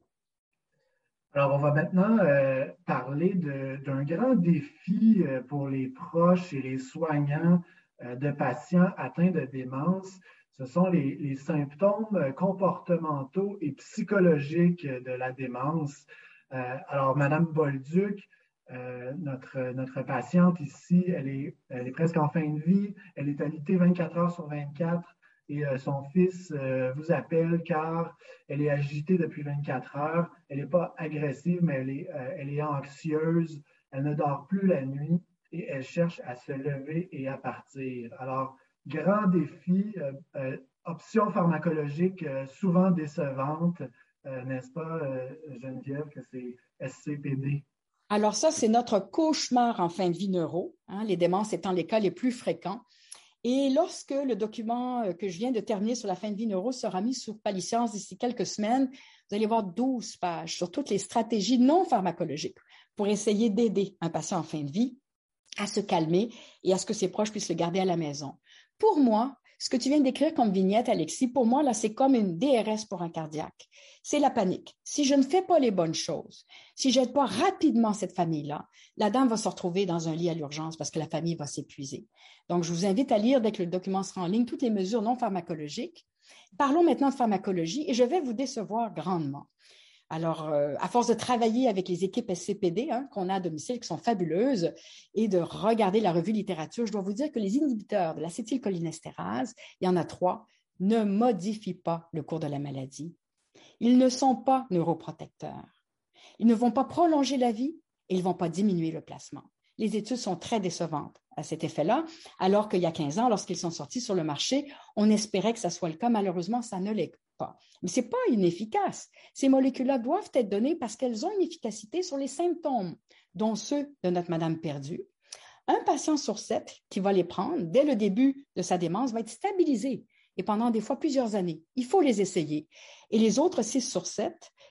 Alors, on va maintenant euh, parler de, d'un grand défi euh, pour les proches et les soignants euh, de patients atteints de démence. Ce sont les, les symptômes comportementaux et psychologiques de la démence. Euh, alors, Madame Bolduc, euh, notre, notre patiente ici, elle est, elle est presque en fin de vie. Elle est alitée vingt-quatre heures sur vingt-quatre et euh, son fils euh, vous appelle car elle est agitée depuis vingt-quatre heures. Elle n'est pas agressive, mais elle est, euh, elle est anxieuse. Elle ne dort plus la nuit et elle cherche à se lever et à partir. Alors, grand défi, euh, euh, option pharmacologique euh, souvent décevante, euh, n'est-ce pas, euh, Geneviève, que c'est S C P D? Alors ça, c'est notre cauchemar en fin de vie neuro, hein, les démences étant les cas les plus fréquents. Et lorsque le document que je viens de terminer sur la fin de vie neuro sera mis sur Paliscience d'ici quelques semaines, vous allez voir douze pages sur toutes les stratégies non pharmacologiques pour essayer d'aider un patient en fin de vie à se calmer et à ce que ses proches puissent le garder à la maison. Pour moi, ce que tu viens de décrire comme vignette, Alexis, pour moi, là, c'est comme une D R S pour un cardiaque. C'est la panique. Si je ne fais pas les bonnes choses, si je n'aide pas rapidement cette famille-là, la dame va se retrouver dans un lit à l'urgence parce que la famille va s'épuiser. Donc, je vous invite à lire, dès que le document sera en ligne, toutes les mesures non pharmacologiques. Parlons maintenant de pharmacologie et je vais vous décevoir grandement. Alors, euh, à force de travailler avec les équipes S C P D hein, qu'on a à domicile, qui sont fabuleuses, et de regarder la revue littérature, je dois vous dire que les inhibiteurs de l'acétylcholinestérase, il y en a trois, ne modifient pas le cours de la maladie. Ils ne sont pas neuroprotecteurs. Ils ne vont pas prolonger la vie et ils ne vont pas diminuer le placement. Les études sont très décevantes à cet effet-là, alors qu'il y a quinze ans, lorsqu'ils sont sortis sur le marché, on espérait que ça soit le cas. Malheureusement, ça ne l'est pas. Mais ce n'est pas inefficace. Ces molécules-là doivent être données parce qu'elles ont une efficacité sur les symptômes, dont ceux de notre Madame Perdue. Un patient sur sept qui va les prendre dès le début de sa démence va être stabilisé et pendant des fois plusieurs années. Il faut les essayer. Et les autres six sur sept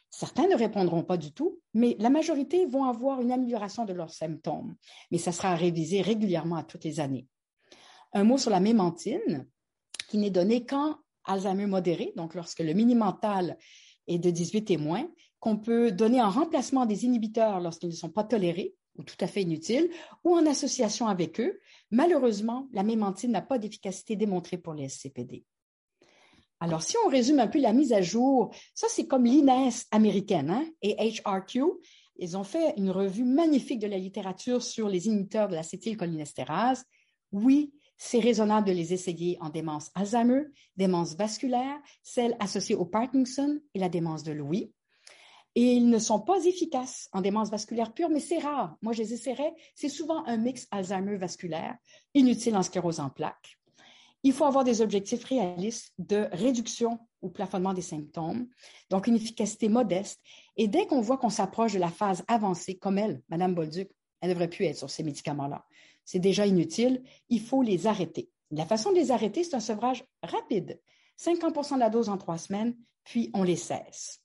Certains ne répondront pas du tout, mais la majorité vont avoir une amélioration de leurs symptômes. Mais ça sera révisé régulièrement à toutes les années. Un mot sur la mémantine, qui n'est donnée qu'en Alzheimer modéré, donc lorsque le mini-mental est de dix-huit et moins, qu'on peut donner en remplacement des inhibiteurs lorsqu'ils ne sont pas tolérés ou tout à fait inutiles, ou en association avec eux. Malheureusement, la mémantine n'a pas d'efficacité démontrée pour les S C P D. Alors, si on résume un peu la mise à jour, ça, c'est comme l'I N E S américaine hein, et H R Q. Ils ont fait une revue magnifique de la littérature sur les inhibiteurs de l'acétylcholinestérase. Oui, c'est raisonnable de les essayer en démence Alzheimer, démence vasculaire, celle associée au Parkinson et la démence de Lewy. Et ils ne sont pas efficaces en démence vasculaire pure, mais c'est rare. Moi, je les essaierais. C'est souvent un mix Alzheimer vasculaire, inutile en sclérose en plaques. Il faut avoir des objectifs réalistes de réduction ou plafonnement des symptômes, donc une efficacité modeste. Et dès qu'on voit qu'on s'approche de la phase avancée, comme elle, Mme Bolduc, elle ne devrait plus être sur ces médicaments-là. C'est déjà inutile, il faut les arrêter. La façon de les arrêter, c'est un sevrage rapide. cinquante pour cent de la dose en trois semaines, puis on les cesse.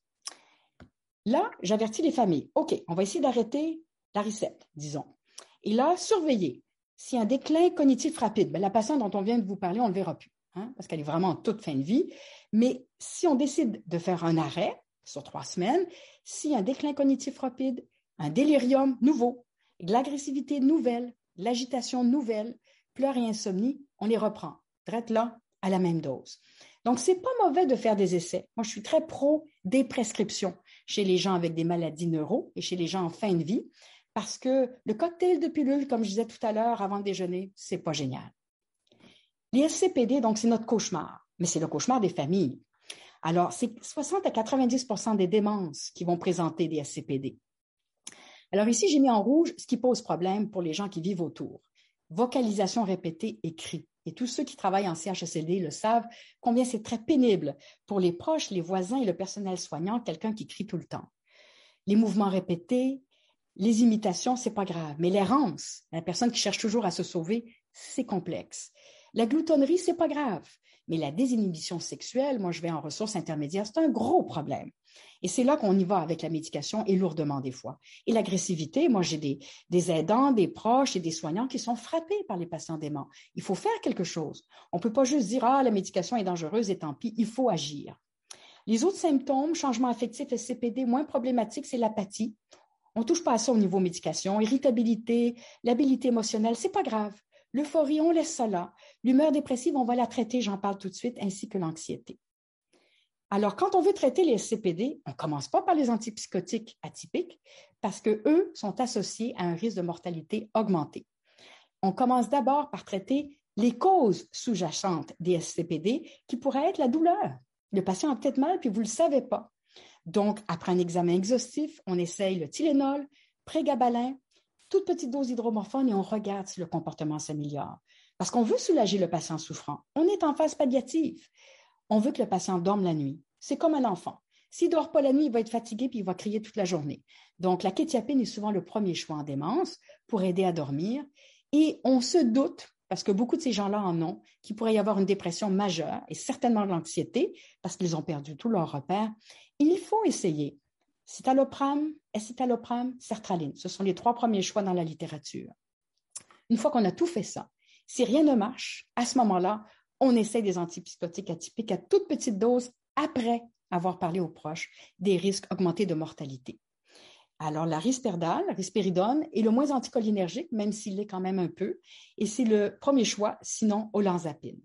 Là, j'avertis les familles. OK, on va essayer d'arrêter l'Aricept, disons. Et là, surveillez. S'il y a un déclin cognitif rapide, bien, la patiente dont on vient de vous parler, on ne le verra plus, hein, parce qu'elle est vraiment en toute fin de vie. Mais si on décide de faire un arrêt sur trois semaines, s'il y a un déclin cognitif rapide, un délirium nouveau, de l'agressivité nouvelle, de l'agitation nouvelle, pleurs et insomnie, on les reprend, direct là, à la même dose. Donc, ce n'est pas mauvais de faire des essais. Moi, je suis très pro des prescriptions chez les gens avec des maladies neuro et chez les gens en fin de vie, parce que le cocktail de pilules, comme je disais tout à l'heure avant le déjeuner, c'est pas génial. Les S C P D, donc, c'est notre cauchemar, mais c'est le cauchemar des familles. Alors, c'est soixante à quatre-vingt-dix pour cent des démences qui vont présenter des S C P D. Alors ici, j'ai mis en rouge ce qui pose problème pour les gens qui vivent autour. Vocalisation répétée et cri. Et tous ceux qui travaillent en C H S L D le savent combien c'est très pénible pour les proches, les voisins et le personnel soignant, quelqu'un qui crie tout le temps. Les mouvements répétés, les imitations, c'est pas grave. Mais l'errance, la personne qui cherche toujours à se sauver, c'est complexe. La gloutonnerie, c'est pas grave. Mais la désinhibition sexuelle, moi je vais en ressources intermédiaires, c'est un gros problème. Et c'est là qu'on y va avec la médication et lourdement des fois. Et l'agressivité, moi j'ai des, des aidants, des proches et des soignants qui sont frappés par les patients déments. Il faut faire quelque chose. On ne peut pas juste dire « Ah, la médication est dangereuse et tant pis », il faut agir. Les autres symptômes, changement affectif, S C P D, moins problématiques, c'est l'apathie. On ne touche pas à ça au niveau médication. Irritabilité, l'habilité émotionnelle, c'est pas grave. L'euphorie, on laisse ça là. L'humeur dépressive, on va la traiter, j'en parle tout de suite, ainsi que l'anxiété. Alors, quand on veut traiter les S C P D, on ne commence pas par les antipsychotiques atypiques parce qu'eux sont associés à un risque de mortalité augmenté. On commence d'abord par traiter les causes sous-jacentes des S C P D qui pourraient être la douleur. Le patient a peut-être mal puis vous ne le savez pas. Donc, après un examen exhaustif, on essaye le Tylenol, prégabalin, toute petite dose d'hydromorphone et on regarde si le comportement s'améliore. Parce qu'on veut soulager le patient souffrant. On est en phase palliative. On veut que le patient dorme la nuit. C'est comme un enfant. S'il ne dort pas la nuit, il va être fatigué puis il va crier toute la journée. Donc, la quétiapine est souvent le premier choix en démence pour aider à dormir. Et on se doute, parce que beaucoup de ces gens-là en ont, qu'il pourrait y avoir une dépression majeure et certainement de l'anxiété parce qu'ils ont perdu tous leurs repères. Il faut essayer citalopram, escitalopram, sertraline. Ce sont les trois premiers choix dans la littérature. Une fois qu'on a tout fait ça, si rien ne marche, à ce moment-là, on essaie des antipsychotiques atypiques à toute petite dose après avoir parlé aux proches des risques augmentés de mortalité. Alors, la risperdal, risperidone, est le moins anticholinergique, même s'il l'est quand même un peu, et c'est le premier choix, sinon olanzapine.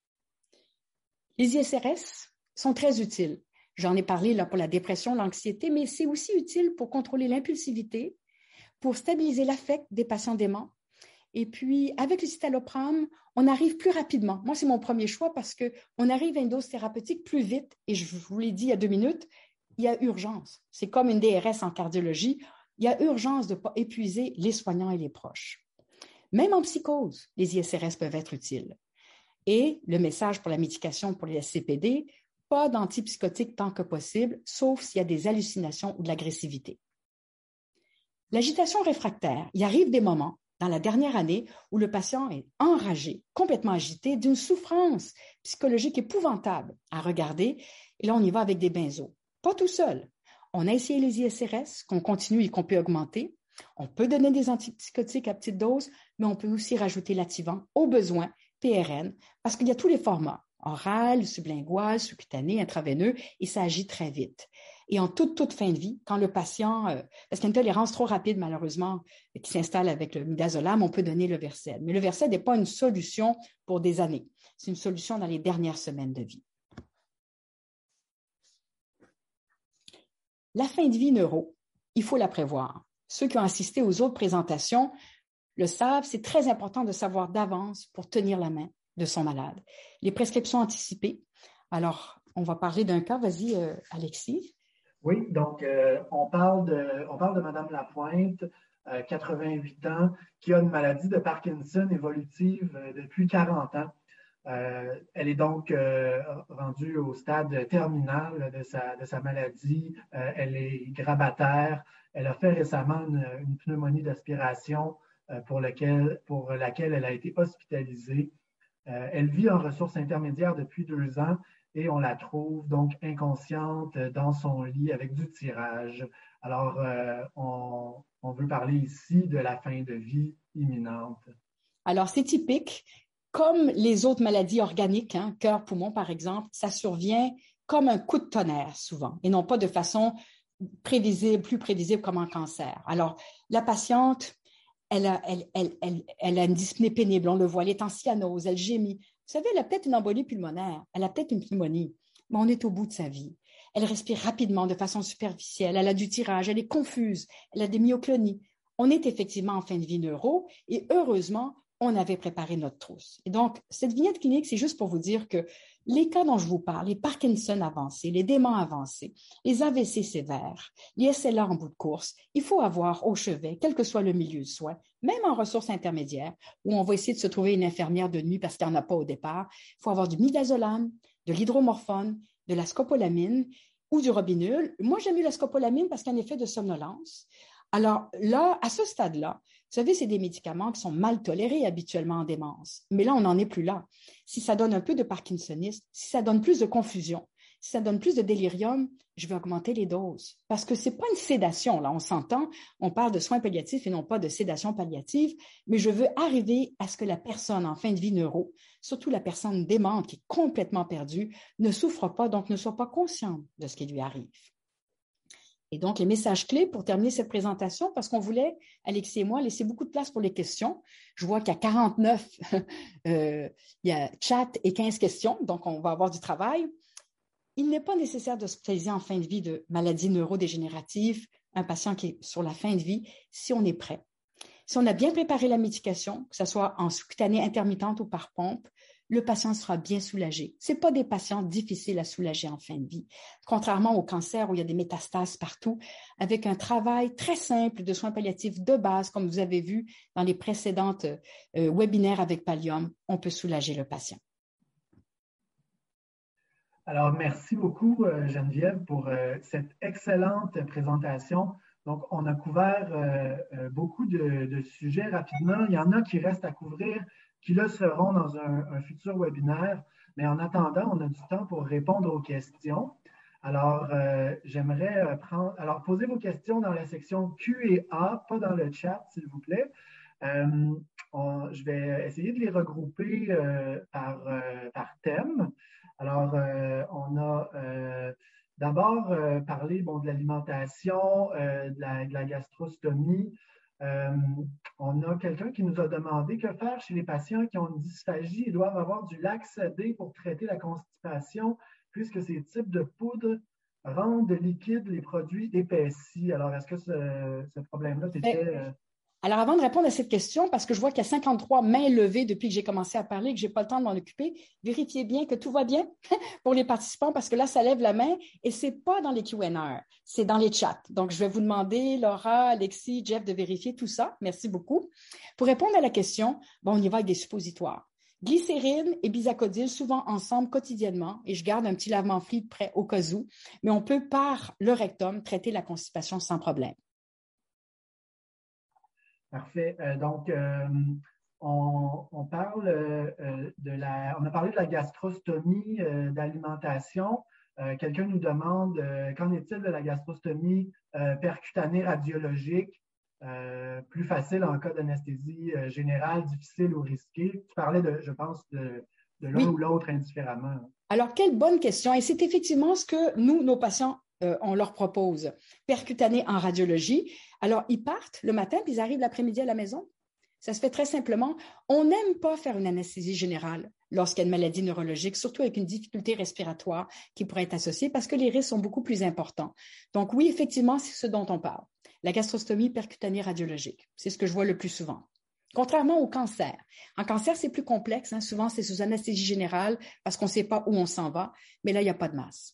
Les I S R S sont très utiles. J'en ai parlé là pour la dépression, l'anxiété, mais c'est aussi utile pour contrôler l'impulsivité, pour stabiliser l'affect des patients déments. Et puis, avec le citalopram, on arrive plus rapidement. Moi, c'est mon premier choix parce qu'on arrive à une dose thérapeutique plus vite. Et je vous l'ai dit il y a deux minutes, il y a urgence. C'est comme une D R S en cardiologie. Il y a urgence de ne pas épuiser les soignants et les proches. Même en psychose, les I S R S peuvent être utiles. Et le message pour la médication pour les S C P D, pas d'antipsychotiques tant que possible, sauf s'il y a des hallucinations ou de l'agressivité. L'agitation réfractaire, il arrive des moments dans la dernière année où le patient est enragé, complètement agité, d'une souffrance psychologique épouvantable à regarder. Et là, on y va avec des benzos. Pas tout seul. On a essayé les I S R S, qu'on continue et qu'on peut augmenter. On peut donner des antipsychotiques à petite dose, mais on peut aussi rajouter l'Ativan au besoin, P R N, parce qu'il y a tous les formats, oral, sublingual, sous-cutané, intraveineux, et ça agit très vite. Et en toute, toute fin de vie, quand le patient, euh, parce qu'il y a une tolérance trop rapide, malheureusement, qui s'installe avec le midazolam, on peut donner le Versed. Mais le Versed n'est pas une solution pour des années. C'est une solution dans les dernières semaines de vie. La fin de vie neuro, il faut la prévoir. Ceux qui ont assisté aux autres présentations le savent, c'est très important de savoir d'avance pour tenir la main de son malade. Les prescriptions anticipées. Alors, on va parler d'un cas. Vas-y, euh, Alexis. Oui, donc euh, on parle de, on parle de Mme Lapointe, euh, quatre-vingt-huit ans, qui a une maladie de Parkinson évolutive euh, depuis quarante ans. Euh, elle est donc euh, rendue au stade terminal de sa, de sa maladie. Euh, elle est grabataire. Elle a fait récemment une, une pneumonie d'aspiration euh, pour, lequel, pour laquelle elle a été hospitalisée. Euh, elle vit en ressources intermédiaires depuis deux ans et on la trouve donc inconsciente dans son lit avec du tirage. Alors, euh, on, on veut parler ici de la fin de vie imminente. Alors, c'est typique. Comme les autres maladies organiques, hein, cœur, poumon par exemple, ça survient comme un coup de tonnerre souvent et non pas de façon prévisible, plus prévisible comme un cancer. Alors, la patiente, elle a, elle, elle, elle, elle a une dyspnée pénible, on le voit, elle est en cyanose, elle gémit. Vous savez, elle a peut-être une embolie pulmonaire, elle a peut-être une pneumonie, mais on est au bout de sa vie. Elle respire rapidement, de façon superficielle, elle a du tirage, elle est confuse, elle a des myoclonies. On est effectivement en fin de vie neuro et heureusement, on avait préparé notre trousse. Et donc, cette vignette clinique, c'est juste pour vous dire que les cas dont je vous parle, les Parkinson avancés, les déments avancés, les A V C sévères, les S L A en bout de course, il faut avoir au chevet, quel que soit le milieu de soins, même en ressources intermédiaires, où on va essayer de se trouver une infirmière de nuit parce qu'il n'y en a pas au départ, il faut avoir du midazolam, de l'hydromorphone, de la scopolamine ou du Robinul. Moi, j'aime mieux la scopolamine parce qu'il y a un effet de somnolence. Alors là, à ce stade-là, vous savez, c'est des médicaments qui sont mal tolérés habituellement en démence. Mais là, on n'en est plus là. Si ça donne un peu de parkinsonisme, si ça donne plus de confusion, si ça donne plus de délirium, je vais augmenter les doses. Parce que ce n'est pas une sédation, là, on s'entend, on parle de soins palliatifs et non pas de sédation palliative, mais je veux arriver à ce que la personne en fin de vie neuro, surtout la personne démente qui est complètement perdue, ne souffre pas, donc ne soit pas consciente de ce qui lui arrive. Et donc, les messages clés pour terminer cette présentation, parce qu'on voulait, Alexis et moi, laisser beaucoup de place pour les questions. Je vois qu'il y a quarante-neuf, euh, il y a chat et quinze questions, donc on va avoir du travail. Il n'est pas nécessaire d'hospitaliser en fin de vie de maladies neurodégénératives un patient qui est sur la fin de vie si on est prêt. Si on a bien préparé la médication, que ce soit en sous-cutanée intermittente ou par pompe, le patient sera bien soulagé. Ce pas des patients difficiles à soulager en fin de vie, contrairement au cancer où il y a des métastases partout, avec un travail très simple de soins palliatifs de base, comme vous avez vu dans les précédentes euh, webinaires avec Pallium, on peut soulager le patient. Alors, merci beaucoup, euh, Geneviève, pour euh, cette excellente présentation. Donc, on a couvert euh, euh, beaucoup de, de sujets rapidement. Il y en a qui restent à couvrir, qui le seront dans un, un futur webinaire. Mais en attendant, on a du temps pour répondre aux questions. Alors, euh, j'aimerais prendre... Alors, posez vos questions dans la section Q et A, pas dans le chat, s'il vous plaît. Euh, on, je vais essayer de les regrouper euh, par, euh, par thème. Alors, euh, on a euh, d'abord euh, parlé bon, de l'alimentation, euh, de, la, de la gastrostomie. Euh, on a quelqu'un qui nous a demandé que faire chez les patients qui ont une dysphagie. Ils doivent avoir du Laxaté pour traiter la constipation, puisque ces types de poudres rendent liquides les produits épaissis. Alors, est-ce que ce, ce problème-là, c'était... Euh, Alors, avant de répondre à cette question, parce que je vois qu'il y a cinquante-trois mains levées depuis que j'ai commencé à parler et que je n'ai pas le temps de m'en occuper, vérifiez bien que tout va bien pour les participants, parce que là, ça lève la main et ce n'est pas dans les Q and A, c'est dans les chats. Donc, je vais vous demander, Laura, Alexis, Jeff, de vérifier tout ça. Merci beaucoup. Pour répondre à la question, bon, on y va avec des suppositoires. Glycérine et bisacodyl, souvent ensemble quotidiennement, et je garde un petit lavement fluide prêt au cas où, mais on peut, par le rectum, traiter la constipation sans problème. Parfait. Euh, donc, euh, on, on parle euh, de la, on a parlé de la gastrostomie, euh, d'alimentation. Euh, quelqu'un nous demande euh, qu'en est-il de la gastrostomie euh, percutanée radiologique, euh, plus facile en cas d'anesthésie euh, générale, difficile ou risquée? Tu parlais, de, je pense, de, de l'un Oui. ou l'autre indifféremment. Alors, quelle bonne question. Et c'est effectivement ce que nous, nos patients, euh, on leur propose. Percutanée en radiologie. Alors, ils partent le matin, puis ils arrivent l'après-midi à la maison. Ça se fait très simplement. On n'aime pas faire une anesthésie générale lorsqu'il y a une maladie neurologique, surtout avec une difficulté respiratoire qui pourrait être associée parce que les risques sont beaucoup plus importants. Donc oui, effectivement, c'est ce dont on parle. La gastrostomie percutanée radiologique, c'est ce que je vois le plus souvent. Contrairement au cancer. En cancer, c'est plus complexe. Hein. Souvent, c'est sous anesthésie générale parce qu'on ne sait pas où on s'en va. Mais là, il n'y a pas de masse.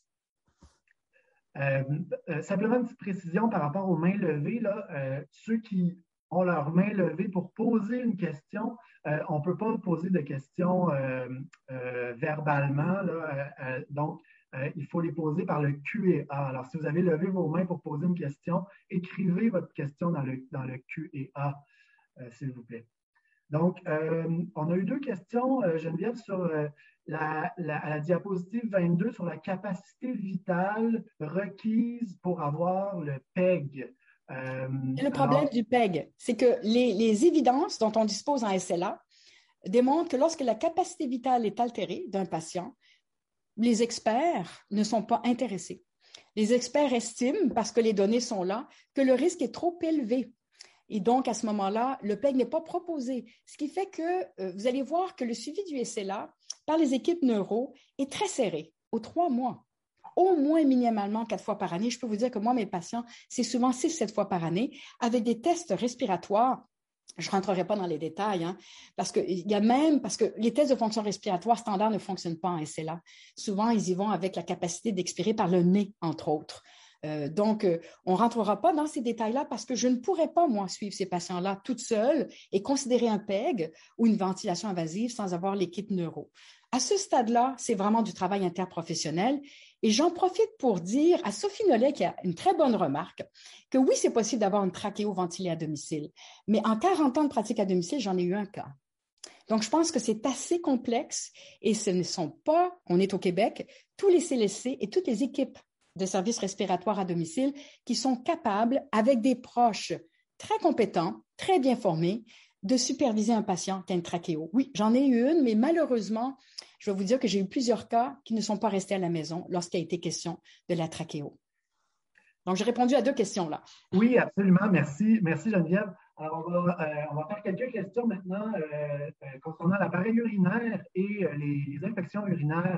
Euh, euh, simplement une petite précision par rapport aux mains levées. Là, euh, ceux qui ont leurs mains levées pour poser une question, euh, on ne peut pas poser de questions euh, euh, verbalement. Là, euh, donc, euh, il faut les poser par le Q et A. Alors, si vous avez levé vos mains pour poser une question, écrivez votre question dans le, dans le Q et A, euh, s'il vous plaît. Donc, euh, on a eu deux questions, euh, Geneviève, sur euh, la, la, à la diapositive vingt-deux, sur la capacité vitale requise pour avoir le P E G. Euh, le problème alors, du P E G, c'est que les, les évidences dont on dispose en S L A démontrent que lorsque la capacité vitale est altérée d'un patient, les experts ne sont pas intéressés. Les experts estiment, parce que les données sont là, que le risque est trop élevé. Et donc, à ce moment-là, le P E G n'est pas proposé. Ce qui fait que euh, vous allez voir que le suivi du S L A par les équipes neuro est très serré, aux trois mois. Au moins minimalement quatre fois par année. Je peux vous dire que moi, mes patients, c'est souvent six, sept fois par année, avec des tests respiratoires. Je ne rentrerai pas dans les détails, hein, parce que il y a même, parce que les tests de fonction respiratoire standard ne fonctionnent pas en S L A. Souvent, ils y vont avec la capacité d'expirer par le nez, entre autres. Euh, donc, euh, on ne rentrera pas dans ces détails-là parce que je ne pourrais pas, moi, suivre ces patients-là toute seule et considérer un P E G ou une ventilation invasive sans avoir l'équipe neuro. À ce stade-là, c'est vraiment du travail interprofessionnel. Et j'en profite pour dire à Sophie Nollet, qui a une très bonne remarque, que oui, c'est possible d'avoir une trachéo ventilée à domicile. Mais en quarante ans de pratique à domicile, j'en ai eu un cas. Donc, je pense que c'est assez complexe et ce ne sont pas, on est au Québec, tous les C L S C et toutes les équipes de services respiratoires à domicile qui sont capables, avec des proches très compétents, très bien formés, de superviser un patient qui a une trachéo. Oui, j'en ai eu une, mais malheureusement, je vais vous dire que j'ai eu plusieurs cas qui ne sont pas restés à la maison lorsqu'il a été question de la trachéo. Donc, j'ai répondu à deux questions là. Oui, absolument. Merci. Merci, Geneviève. Alors, on va, euh, on va faire quelques questions maintenant euh, euh, concernant l'appareil urinaire et euh, les, les infections urinaires.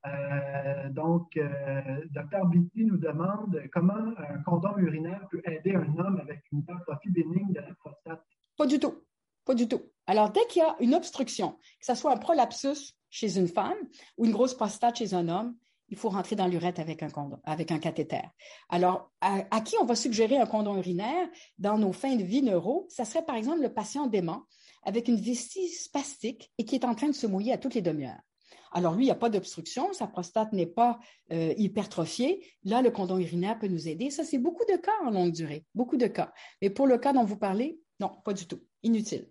Euh, donc, euh, Dr Beatty nous demande comment un condom urinaire peut aider un homme avec une hypertrophie bénigne de la prostate. Pas du tout. Pas du tout. Alors, dès qu'il y a une obstruction, que ce soit un prolapsus chez une femme ou une grosse prostate chez un homme, il faut rentrer dans l'urètre avec un condom, avec un cathéter. Alors, à, à qui on va suggérer un condom urinaire dans nos fins de vie neuro? Ça serait par exemple le patient dément avec une vessie spastique et qui est en train de se mouiller à toutes les demi-heures. Alors, lui, il n'y a pas d'obstruction, sa prostate n'est pas euh, hypertrophiée. Là, le condom urinaire peut nous aider. Ça, c'est beaucoup de cas en longue durée, beaucoup de cas. Mais pour le cas dont vous parlez, non, pas du tout. Inutile.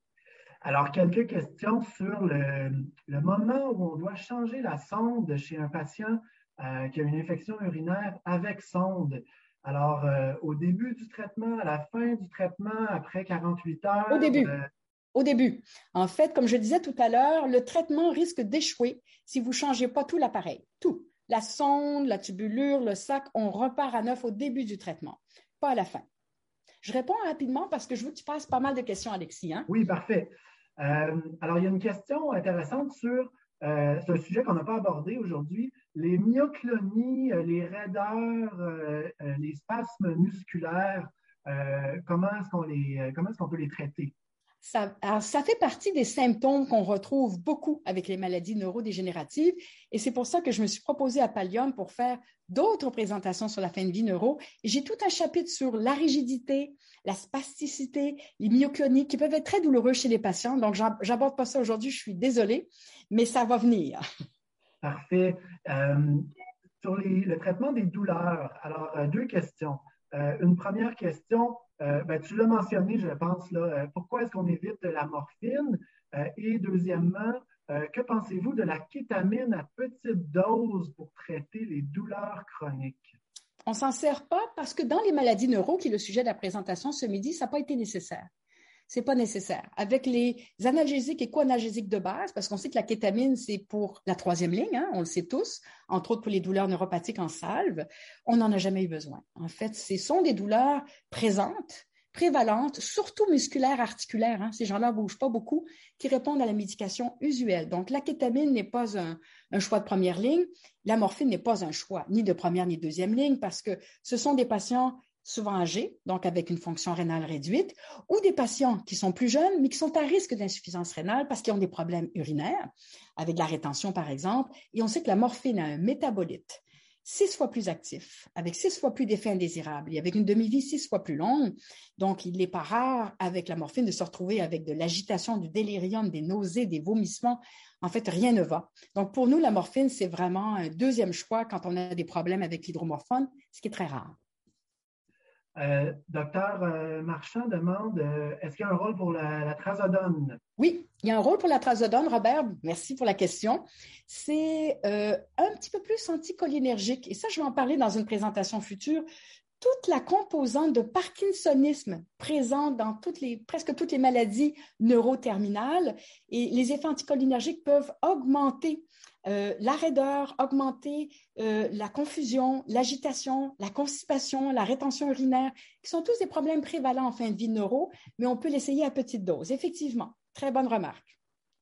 Alors, quelques questions sur le, le moment où on doit changer la sonde chez un patient euh, qui a une infection urinaire avec sonde. Alors, euh, au début du traitement, à la fin du traitement, après quarante-huit heures? Au début. Euh... Au début. En fait, comme je disais tout à l'heure, le traitement risque d'échouer si vous ne changez pas tout l'appareil. Tout. La sonde, la tubulure, le sac, on repart à neuf au début du traitement, pas à la fin. Je réponds rapidement parce que je veux que tu passes pas mal de questions, Alexis. Hein? Oui, parfait. Euh, alors, il y a une question intéressante sur, euh, c'est un sujet qu'on n'a pas abordé aujourd'hui, les myoclonies, les raideurs, euh, les spasmes musculaires, euh, comment est-ce qu'on les, comment est-ce qu'on peut les traiter? Ça, alors, ça fait partie des symptômes qu'on retrouve beaucoup avec les maladies neurodégénératives et c'est pour ça que je me suis proposée à Pallium pour faire d'autres présentations sur la fin de vie neuro. Et j'ai tout un chapitre sur la rigidité, la spasticité, les myoclonies qui peuvent être très douloureux chez les patients. Donc, j'aborde pas ça aujourd'hui, je suis désolée, mais ça va venir. Parfait. Euh, sur les, le traitement des douleurs, alors euh, deux questions. Euh, une première question, euh, ben, tu l'as mentionné, je pense, là, euh, pourquoi est-ce qu'on évite la morphine? Euh, et deuxièmement, Euh, que pensez-vous de la kétamine à petite dose pour traiter les douleurs chroniques? On ne s'en sert pas parce que dans les maladies neuro, qui est le sujet de la présentation ce midi, ça n'a pas été nécessaire. C'est pas nécessaire. Avec les analgésiques et co-analgésiques de base, parce qu'on sait que la kétamine, c'est pour la troisième ligne, hein, on le sait tous, entre autres pour les douleurs neuropathiques en salve, on n'en a jamais eu besoin. En fait, ce sont des douleurs présentes, prévalentes, surtout musculaires, articulaires. Hein. Ces gens-là ne bougent pas beaucoup, qui répondent à la médication usuelle. Donc, la kétamine n'est pas un, un choix de première ligne. La morphine n'est pas un choix ni de première ni de deuxième ligne parce que ce sont des patients souvent âgés, donc avec une fonction rénale réduite, ou des patients qui sont plus jeunes, mais qui sont à risque d'insuffisance rénale parce qu'ils ont des problèmes urinaires, avec la rétention par exemple. Et on sait que la morphine a un métabolite six fois plus actif, avec six fois plus d'effets indésirables et avec une demi-vie six fois plus longue. Donc, il n'est pas rare avec la morphine de se retrouver avec de l'agitation, du délirium, des nausées, des vomissements. En fait, rien ne va. Donc, pour nous, la morphine, c'est vraiment un deuxième choix quand on a des problèmes avec l'hydromorphone, ce qui est très rare. Euh, docteur euh, Marchand demande, euh, est-ce qu'il y a un rôle pour la, la trazodone? Oui, il y a un rôle pour la trazodone, Robert. Merci pour la question. C'est euh, un petit peu plus anticholinergique. Et ça, je vais en parler dans une présentation future. Toute la composante de parkinsonisme présente dans toutes les, presque toutes les maladies neuroterminales et les effets anticholinergiques peuvent augmenter euh, la raideur, augmenter euh, la confusion, l'agitation, la constipation, la rétention urinaire, qui sont tous des problèmes prévalents en fin de vie neuro, mais on peut l'essayer à petite dose. Effectivement, très bonne remarque.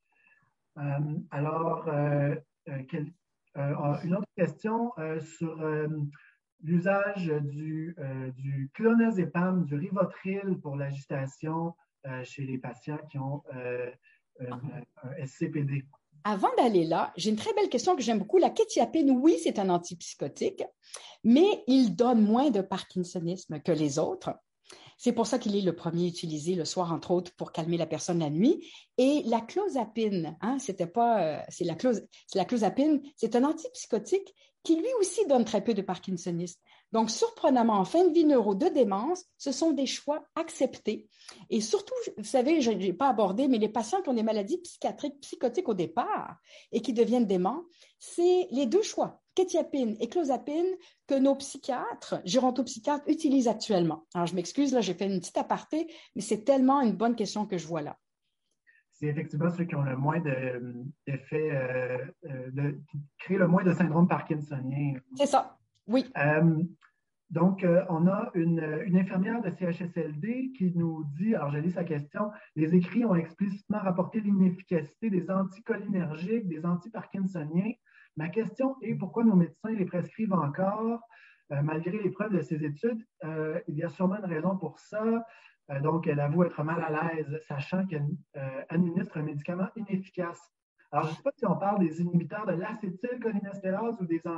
Euh, alors, euh, euh, quel, euh, une autre question euh, sur euh, l'usage du, euh, du clonazepam, du Rivotril pour l'agitation euh, chez les patients qui ont euh, un, un S C P D. Avant d'aller là, j'ai une très belle question que j'aime beaucoup. La kétiapine, oui, c'est un antipsychotique, mais il donne moins de parkinsonisme que les autres. C'est pour ça qu'il est le premier utilisé le soir, entre autres, pour calmer la personne la nuit. Et la clozapine, hein, c'était pas, euh, c'est la, close, c'est la clozapine, c'est un antipsychotique qui lui aussi donne très peu de parkinsonisme. Donc, surprenamment, en fin de vie neuro de démence, ce sont des choix acceptés. Et surtout, vous savez, je n'ai pas abordé, mais les patients qui ont des maladies psychiatriques, psychotiques au départ et qui deviennent déments, c'est les deux choix, kétiapine et clozapine, que nos psychiatres, gérontopsychiatres, utilisent actuellement. Alors, je m'excuse, là, j'ai fait une petite aparté, mais c'est tellement une bonne question que je vois là. C'est effectivement ceux qui ont le moins d'effets, euh, de, qui créent le moins de syndrome parkinsonien. C'est ça, oui. Euh, donc, euh, on a une, une infirmière de C H S L D qui nous dit, alors je lis sa question, les écrits ont explicitement rapporté l'inefficacité des anticholinergiques, des antiparkinsoniens. Ma question est pourquoi nos médecins les prescrivent encore, euh, malgré les preuves de ces études? Euh, il y a sûrement une raison pour ça. Euh, donc, elle avoue être mal à l'aise, sachant qu'elle euh, administre un médicament inefficace. Alors, je ne sais pas si on parle des inhibiteurs de l'acétylcholinestérase ou des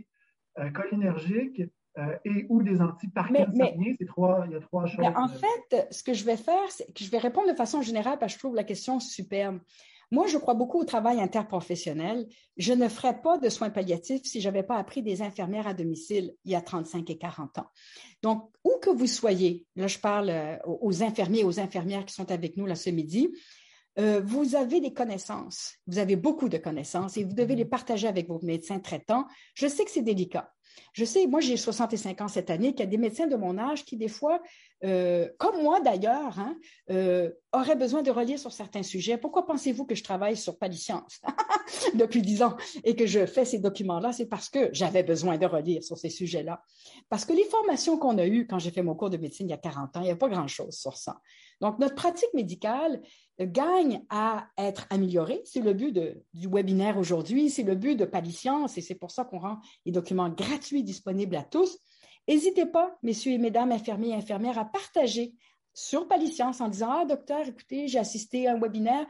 anticholinergiques euh, et ou des antiparkinsoniens. C'est trois, il y a trois choses. Mais en fait, ce que je vais faire, c'est que je vais répondre de façon générale parce que je trouve la question superbe. Moi, je crois beaucoup au travail interprofessionnel. Je ne ferais pas de soins palliatifs si je n'avais pas appris des infirmières à domicile il y a trente-cinq et quarante ans. Donc, où que vous soyez, là, je parle aux infirmiers et aux infirmières qui sont avec nous là ce midi, euh, vous avez des connaissances, vous avez beaucoup de connaissances et vous devez les partager avec vos médecins traitants. Je sais que c'est délicat. Je sais, moi, j'ai soixante-cinq ans cette année, qu'il y a des médecins de mon âge qui, des fois, euh, comme moi d'ailleurs, hein, euh, auraient besoin de relire sur certains sujets. Pourquoi pensez-vous que je travaille sur Paliscience depuis dix ans et que je fais ces documents-là? C'est parce que j'avais besoin de relire sur ces sujets-là. Parce que les formations qu'on a eues quand j'ai fait mon cours de médecine il y a quarante ans, il n'y a pas grand-chose sur ça. Donc, notre pratique médicale gagne à être améliorée. C'est le but de, du webinaire aujourd'hui, c'est le but de Paliscience et c'est pour ça qu'on rend les documents gratuits disponibles à tous. N'hésitez pas, messieurs et mesdames infirmiers et infirmières, à partager sur Paliscience en disant « Ah, docteur, écoutez, j'ai assisté à un webinaire.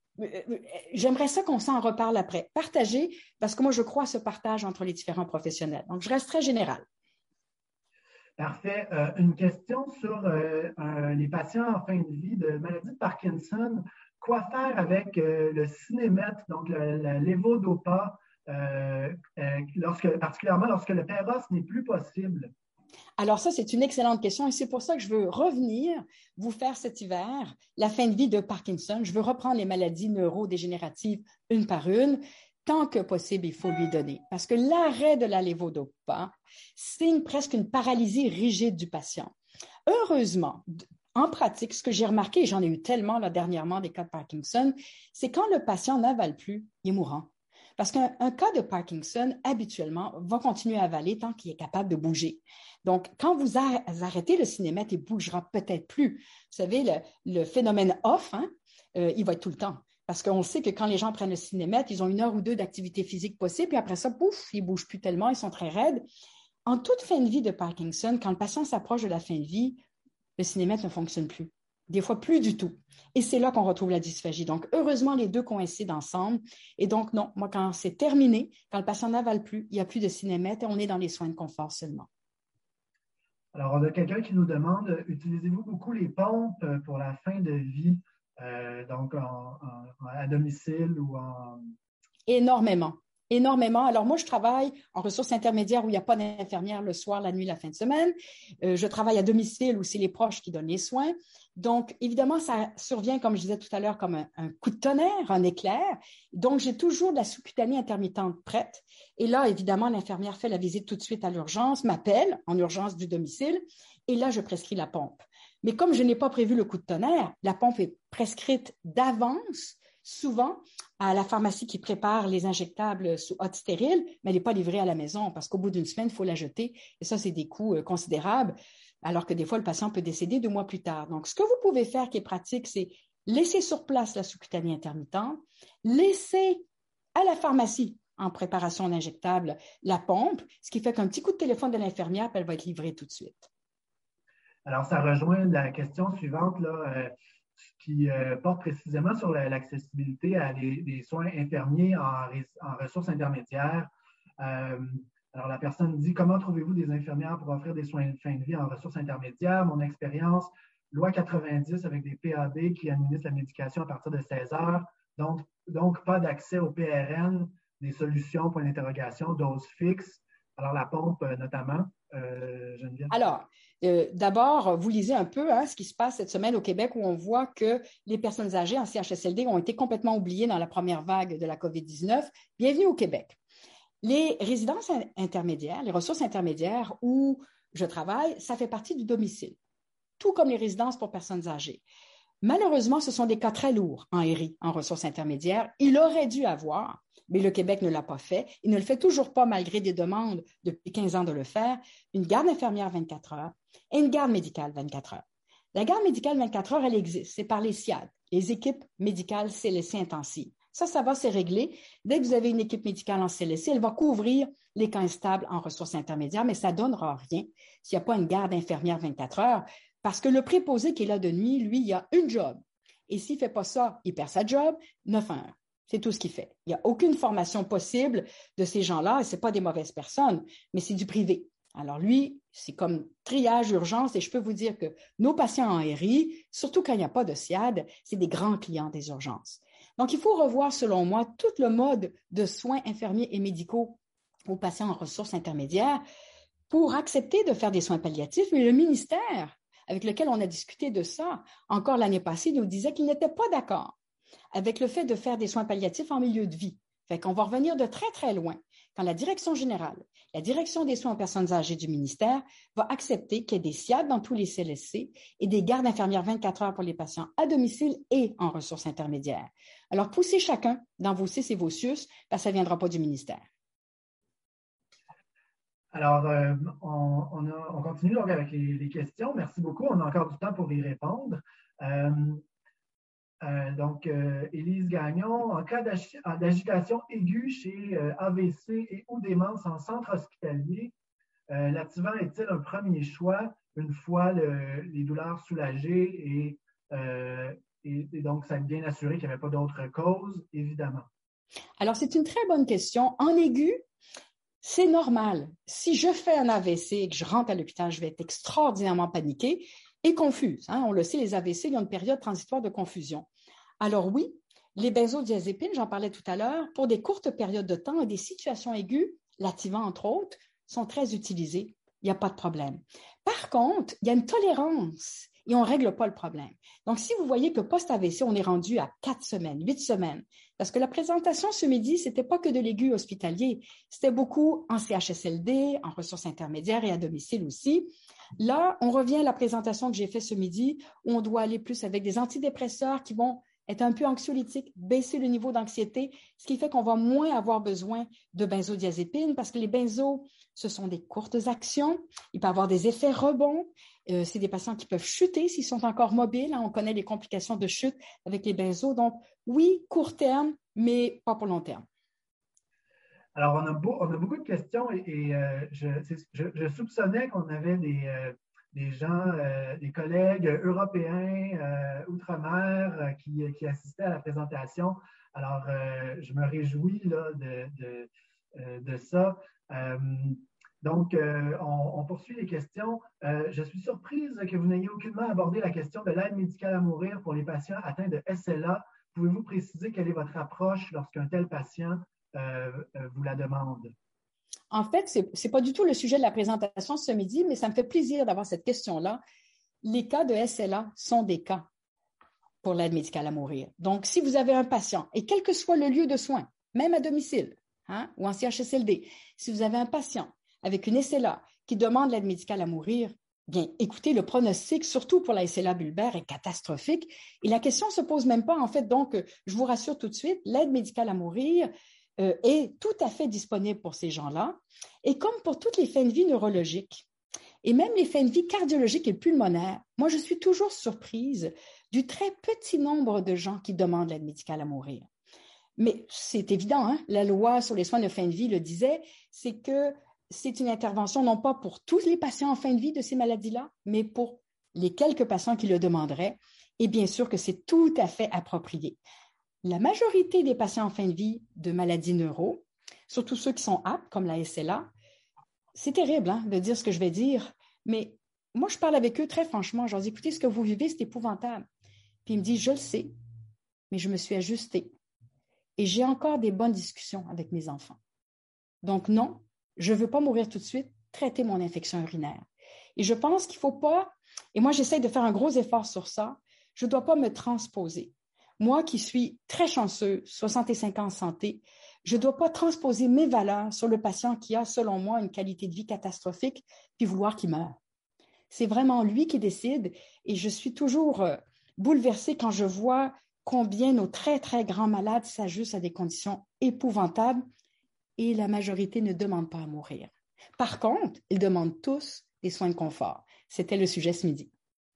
J'aimerais ça qu'on s'en reparle après. » Partagez, parce que moi, je crois à ce partage entre les différents professionnels. Donc, je reste très générale. Parfait. Euh, une question sur euh, euh, les patients en fin de vie de maladie de Parkinson. Quoi faire avec euh, le cinémètre, donc le, la levodopa, euh, euh, lorsque, particulièrement lorsque le Péros n'est plus possible? Alors ça, c'est une excellente question et c'est pour ça que je veux revenir vous faire cet hiver la fin de vie de Parkinson. Je veux reprendre les maladies neurodégénératives une par une. Tant que possible, il faut lui donner. Parce que l'arrêt de la lévodopa signe presque une paralysie rigide du patient. Heureusement, en pratique, ce que j'ai remarqué, et j'en ai eu tellement là, dernièrement des cas de Parkinson, c'est quand le patient n'avale plus, il est mourant. Parce qu'un un cas de Parkinson, habituellement, va continuer à avaler tant qu'il est capable de bouger. Donc, quand vous arrêtez le cinémètre, il ne bougera peut-être plus. Vous savez, le, le phénomène off, hein, euh, il va être tout le temps. Parce qu'on sait que quand les gens prennent le cinémètre, ils ont une heure ou deux d'activité physique possible, puis après ça, pouf, ils ne bougent plus tellement, ils sont très raides. En toute fin de vie de Parkinson, quand le patient s'approche de la fin de vie, le cinémètre ne fonctionne plus. Des fois, plus du tout. Et c'est là qu'on retrouve la dysphagie. Donc, heureusement, les deux coïncident ensemble. Et donc, non, moi, quand c'est terminé, quand le patient n'avale plus, il n'y a plus de cinémètre et on est dans les soins de confort seulement. Alors, on a quelqu'un qui nous demande, utilisez-vous beaucoup les pompes pour la fin de vie, euh, donc en, en, à domicile ou en... Énormément. Énormément. Alors, moi, je travaille en ressources intermédiaires où il n'y a pas d'infirmière le soir, la nuit, la fin de semaine. Euh, je travaille à domicile où c'est les proches qui donnent les soins. Donc, évidemment, ça survient, comme je disais tout à l'heure, comme un, un coup de tonnerre, un éclair. Donc, j'ai toujours de la sous-cutanée intermittente prête. Et là, évidemment, l'infirmière fait la visite tout de suite à l'urgence, m'appelle en urgence du domicile. Et là, je prescris la pompe. Mais comme je n'ai pas prévu le coup de tonnerre, la pompe est prescrite d'avance, souvent à la pharmacie qui prépare les injectables sous hotte stérile, mais elle n'est pas livrée à la maison parce qu'au bout d'une semaine, il faut la jeter. Et ça, c'est des coûts euh, considérables, alors que des fois, le patient peut décéder deux mois plus tard. Donc, ce que vous pouvez faire qui est pratique, c'est laisser sur place la sous-cutanée intermittente, laisser à la pharmacie en préparation d'injectables la pompe, ce qui fait qu'un petit coup de téléphone de l'infirmière, elle va être livrée tout de suite. Alors, ça rejoint la question suivante, là, euh, qui euh, porte précisément sur la, l'accessibilité à les, les soins infirmiers en, en ressources intermédiaires. Euh, alors, la personne dit, comment trouvez-vous des infirmières pour offrir des soins de fin de vie en ressources intermédiaires? Mon expérience, loi quatre-vingt-dix avec des P A D qui administrent la médication à partir de seize heures, donc, donc pas d'accès au P R N, des solutions, point d'interrogation, doses fixes. Alors, la pompe euh, notamment. Euh, Geneviève. Alors, euh, d'abord, vous lisez un peu hein, ce qui se passe cette semaine au Québec où on voit que les personnes âgées en C H S L D ont été complètement oubliées dans la première vague de la COVID dix-neuf. Bienvenue au Québec. Les résidences intermédiaires, les ressources intermédiaires où je travaille, ça fait partie du domicile, tout comme les résidences pour personnes âgées. Malheureusement, ce sont des cas très lourds en R I, en ressources intermédiaires. Il aurait dû avoir, mais le Québec ne l'a pas fait. Il ne le fait toujours pas malgré des demandes depuis quinze ans de le faire, une garde infirmière vingt-quatre heures et une garde médicale vingt-quatre heures. La garde médicale vingt-quatre heures, elle existe. C'est par les S I A D, les équipes médicales C L S C intensives. Ça, ça va se régler. Dès que vous avez une équipe médicale en C L S C, elle va couvrir les cas instables en ressources intermédiaires, mais ça ne donnera rien s'il n'y a pas une garde infirmière vingt-quatre heures. Parce que le préposé qui est là de nuit, lui, il a une job. Et s'il ne fait pas ça, il perd sa job, neuf à un. C'est tout ce qu'il fait. Il n'y a aucune formation possible de ces gens-là. Et ce n'est pas des mauvaises personnes, mais c'est du privé. Alors lui, c'est comme triage, urgence. Et je peux vous dire que nos patients en R I, surtout quand il n'y a pas de S I A D, c'est des grands clients des urgences. Donc, il faut revoir, selon moi, tout le mode de soins infirmiers et médicaux aux patients en ressources intermédiaires pour accepter de faire des soins palliatifs. Mais le ministère avec lequel on a discuté de ça encore l'année passée, nous disait qu'il n'était pas d'accord avec le fait de faire des soins palliatifs en milieu de vie. Fait qu'on va revenir de très, très loin quand la direction générale, la direction des soins aux personnes âgées du ministère va accepter qu'il y ait des S I A D dans tous les C L S C et des gardes infirmières vingt-quatre heures pour les patients à domicile et en ressources intermédiaires. Alors, poussez chacun dans vos C I S et vos C I U S, parce que ça ne viendra pas du ministère. Alors, euh, on, on, a, on continue donc avec les, les questions. Merci beaucoup. On a encore du temps pour y répondre. Euh, euh, donc, euh, Élise Gagnon, en cas d'agitation aiguë chez euh, A V C et ou démence en centre hospitalier, euh, l'Ativan est-il un premier choix une fois le, les douleurs soulagées et, euh, et, et donc ça bien assuré qu'il n'y avait pas d'autres causes, évidemment? Alors, c'est une très bonne question. En aigu, c'est normal. Si je fais un A V C et que je rentre à l'hôpital, je vais être extraordinairement paniquée et confuse. Hein? On le sait, les A V C, il y a une période transitoire de confusion. Alors oui, les benzodiazépines, j'en parlais tout à l'heure, pour des courtes périodes de temps et des situations aiguës, l'Ativan entre autres, sont très utilisés il n'y a pas de problème. Par contre, il y a une tolérance et on ne règle pas le problème. Donc, si vous voyez que post-A V C, on est rendu à quatre semaines, huit semaines, parce que la présentation ce midi, ce n'était pas que de l'aigu hospitalier, c'était beaucoup en C H S L D, en ressources intermédiaires et à domicile aussi. Là, on revient à la présentation que j'ai faite ce midi, où on doit aller plus avec des antidépresseurs qui vont être un peu anxiolytiques, baisser le niveau d'anxiété, ce qui fait qu'on va moins avoir besoin de benzodiazépines parce que les benzos, ce sont des courtes actions. Il peut y avoir des effets rebonds. Euh, c'est des patients qui peuvent chuter s'ils sont encore mobiles. Hein. On connaît les complications de chute avec les benzos. Donc, oui, court terme, mais pas pour long terme. Alors, on a, beau, on a beaucoup de questions et, et euh, je, je, je soupçonnais qu'on avait des, euh, des gens, euh, des collègues européens, euh, outre-mer, euh, qui, qui assistaient à la présentation. Alors, euh, je me réjouis là, de, de, euh, de ça. Euh, donc, euh, on, on poursuit les questions. Euh, je suis surprise que vous n'ayez aucunement abordé la question de l'aide médicale à mourir pour les patients atteints de S L A. Pouvez-vous préciser quelle est votre approche lorsqu'un tel patient Euh, euh, vous la demande? En fait, ce n'est pas du tout le sujet de la présentation ce midi, mais ça me fait plaisir d'avoir cette question-là. Les cas de S L A sont des cas pour l'aide médicale à mourir. Donc, si vous avez un patient, et quel que soit le lieu de soins, même à domicile hein, ou en C H S L D, si vous avez un patient avec une S L A qui demande l'aide médicale à mourir, bien, écoutez, le pronostic, surtout pour la S L A bulbaire, est catastrophique. Et la question ne se pose même pas, en fait. Donc, je vous rassure tout de suite, l'aide médicale à mourir Euh, est tout à fait disponible pour ces gens-là. Et comme pour toutes les fins de vie neurologiques, et même les fins de vie cardiologiques et pulmonaires, moi, je suis toujours surprise du très petit nombre de gens qui demandent l'aide médicale à mourir. Mais c'est évident, hein? La loi sur les soins de fin de vie le disait, c'est que c'est une intervention non pas pour tous les patients en fin de vie de ces maladies-là, mais pour les quelques patients qui le demanderaient. Et bien sûr que c'est tout à fait approprié. La majorité des patients en fin de vie de maladies neuro, surtout ceux qui sont aptes, comme la S L A, c'est terrible hein, de dire ce que je vais dire, mais moi, je parle avec eux très franchement. Je leur dis, écoutez, ce que vous vivez, c'est épouvantable. Puis ils me disent, je le sais, mais je me suis ajustée. Et j'ai encore des bonnes discussions avec mes enfants. Donc non, je ne veux pas mourir tout de suite, traiter mon infection urinaire. Et je pense qu'il ne faut pas, et moi, j'essaie de faire un gros effort sur ça, je ne dois pas me transposer. Moi qui suis très chanceux, soixante-cinq ans en santé, je ne dois pas transposer mes valeurs sur le patient qui a, selon moi, une qualité de vie catastrophique, puis vouloir qu'il meure. C'est vraiment lui qui décide et je suis toujours bouleversée quand je vois combien nos très, très grands malades s'ajustent à des conditions épouvantables et la majorité ne demande pas à mourir. Par contre, ils demandent tous des soins de confort. C'était le sujet ce midi.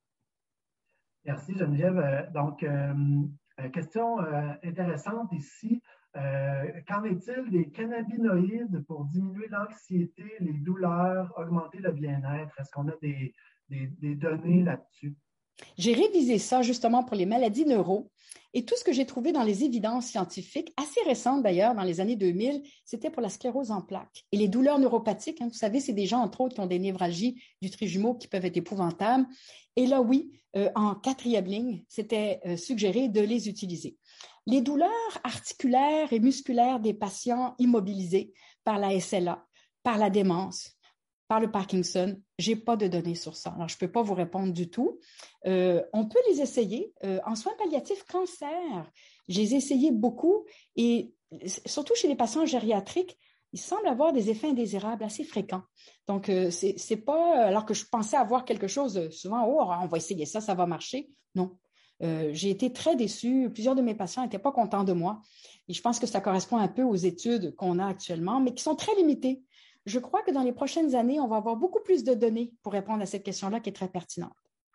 Merci Geneviève. Donc, euh, question euh, intéressante ici. Euh, qu'en est-il des cannabinoïdes pour diminuer l'anxiété, les douleurs, augmenter le bien-être? Est-ce qu'on a des, des, des données là-dessus? J'ai révisé ça justement pour les maladies neuro et tout ce que j'ai trouvé dans les évidences scientifiques, assez récentes d'ailleurs, dans les années deux mille, c'était pour la sclérose en plaques. Et les douleurs neuropathiques, hein, vous savez, c'est des gens entre autres qui ont des névralgies du trijumeau qui peuvent être épouvantables. Et là, oui, euh, en quatrième ligne, c'était euh, suggéré de les utiliser. Les douleurs articulaires et musculaires des patients immobilisés par la S L A, par la démence, par le Parkinson, je n'ai pas de données sur ça. Alors, je ne peux pas vous répondre du tout. Euh, on peut les essayer. Euh, en soins palliatifs cancer, je les ai essayés beaucoup et surtout chez les patients gériatriques, il semble avoir des effets indésirables assez fréquents. Donc, euh, c'est, c'est pas... Alors que je pensais avoir quelque chose, souvent, oh, on va essayer ça, ça va marcher. Non. Euh, j'ai été très déçue. Plusieurs de mes patients n'étaient pas contents de moi. Et je pense que ça correspond un peu aux études qu'on a actuellement, mais qui sont très limitées. Je crois que dans les prochaines années, on va avoir beaucoup plus de données pour répondre à cette question-là qui est très pertinente.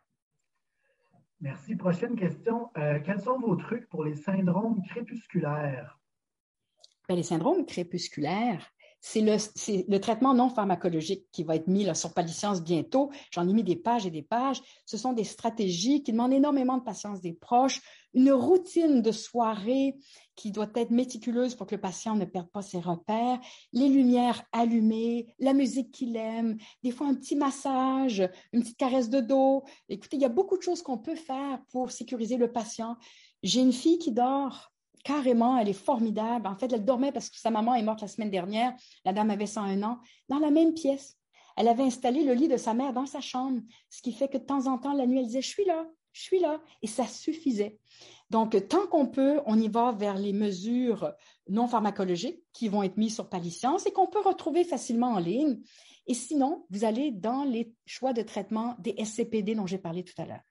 Merci. Prochaine question. Euh, quels sont vos trucs pour les syndromes crépusculaires? Bien, les syndromes crépusculaires, c'est le, c'est le traitement non pharmacologique qui va être mis là, sur Paliscience bientôt. J'en ai mis des pages et des pages. Ce sont des stratégies qui demandent énormément de patience des proches, une routine de soirée qui doit être méticuleuse pour que le patient ne perde pas ses repères, les lumières allumées, la musique qu'il aime, des fois un petit massage, une petite caresse de dos. Écoutez, il y a beaucoup de choses qu'on peut faire pour sécuriser le patient. J'ai une fille qui dort carrément, elle est formidable. En fait, elle dormait parce que sa maman est morte la semaine dernière. La dame avait cent un ans. Dans la même pièce, Elle avait installé le lit de sa mère dans sa chambre, ce qui fait que de temps en temps, la nuit, elle disait « je suis là, je suis là ». Et ça suffisait. Donc, tant qu'on peut, on y va vers les mesures non pharmacologiques qui vont être mises sur Paliscience et qu'on peut retrouver facilement en ligne. Et sinon, vous allez dans les choix de traitement des S C P D dont j'ai parlé tout à l'heure.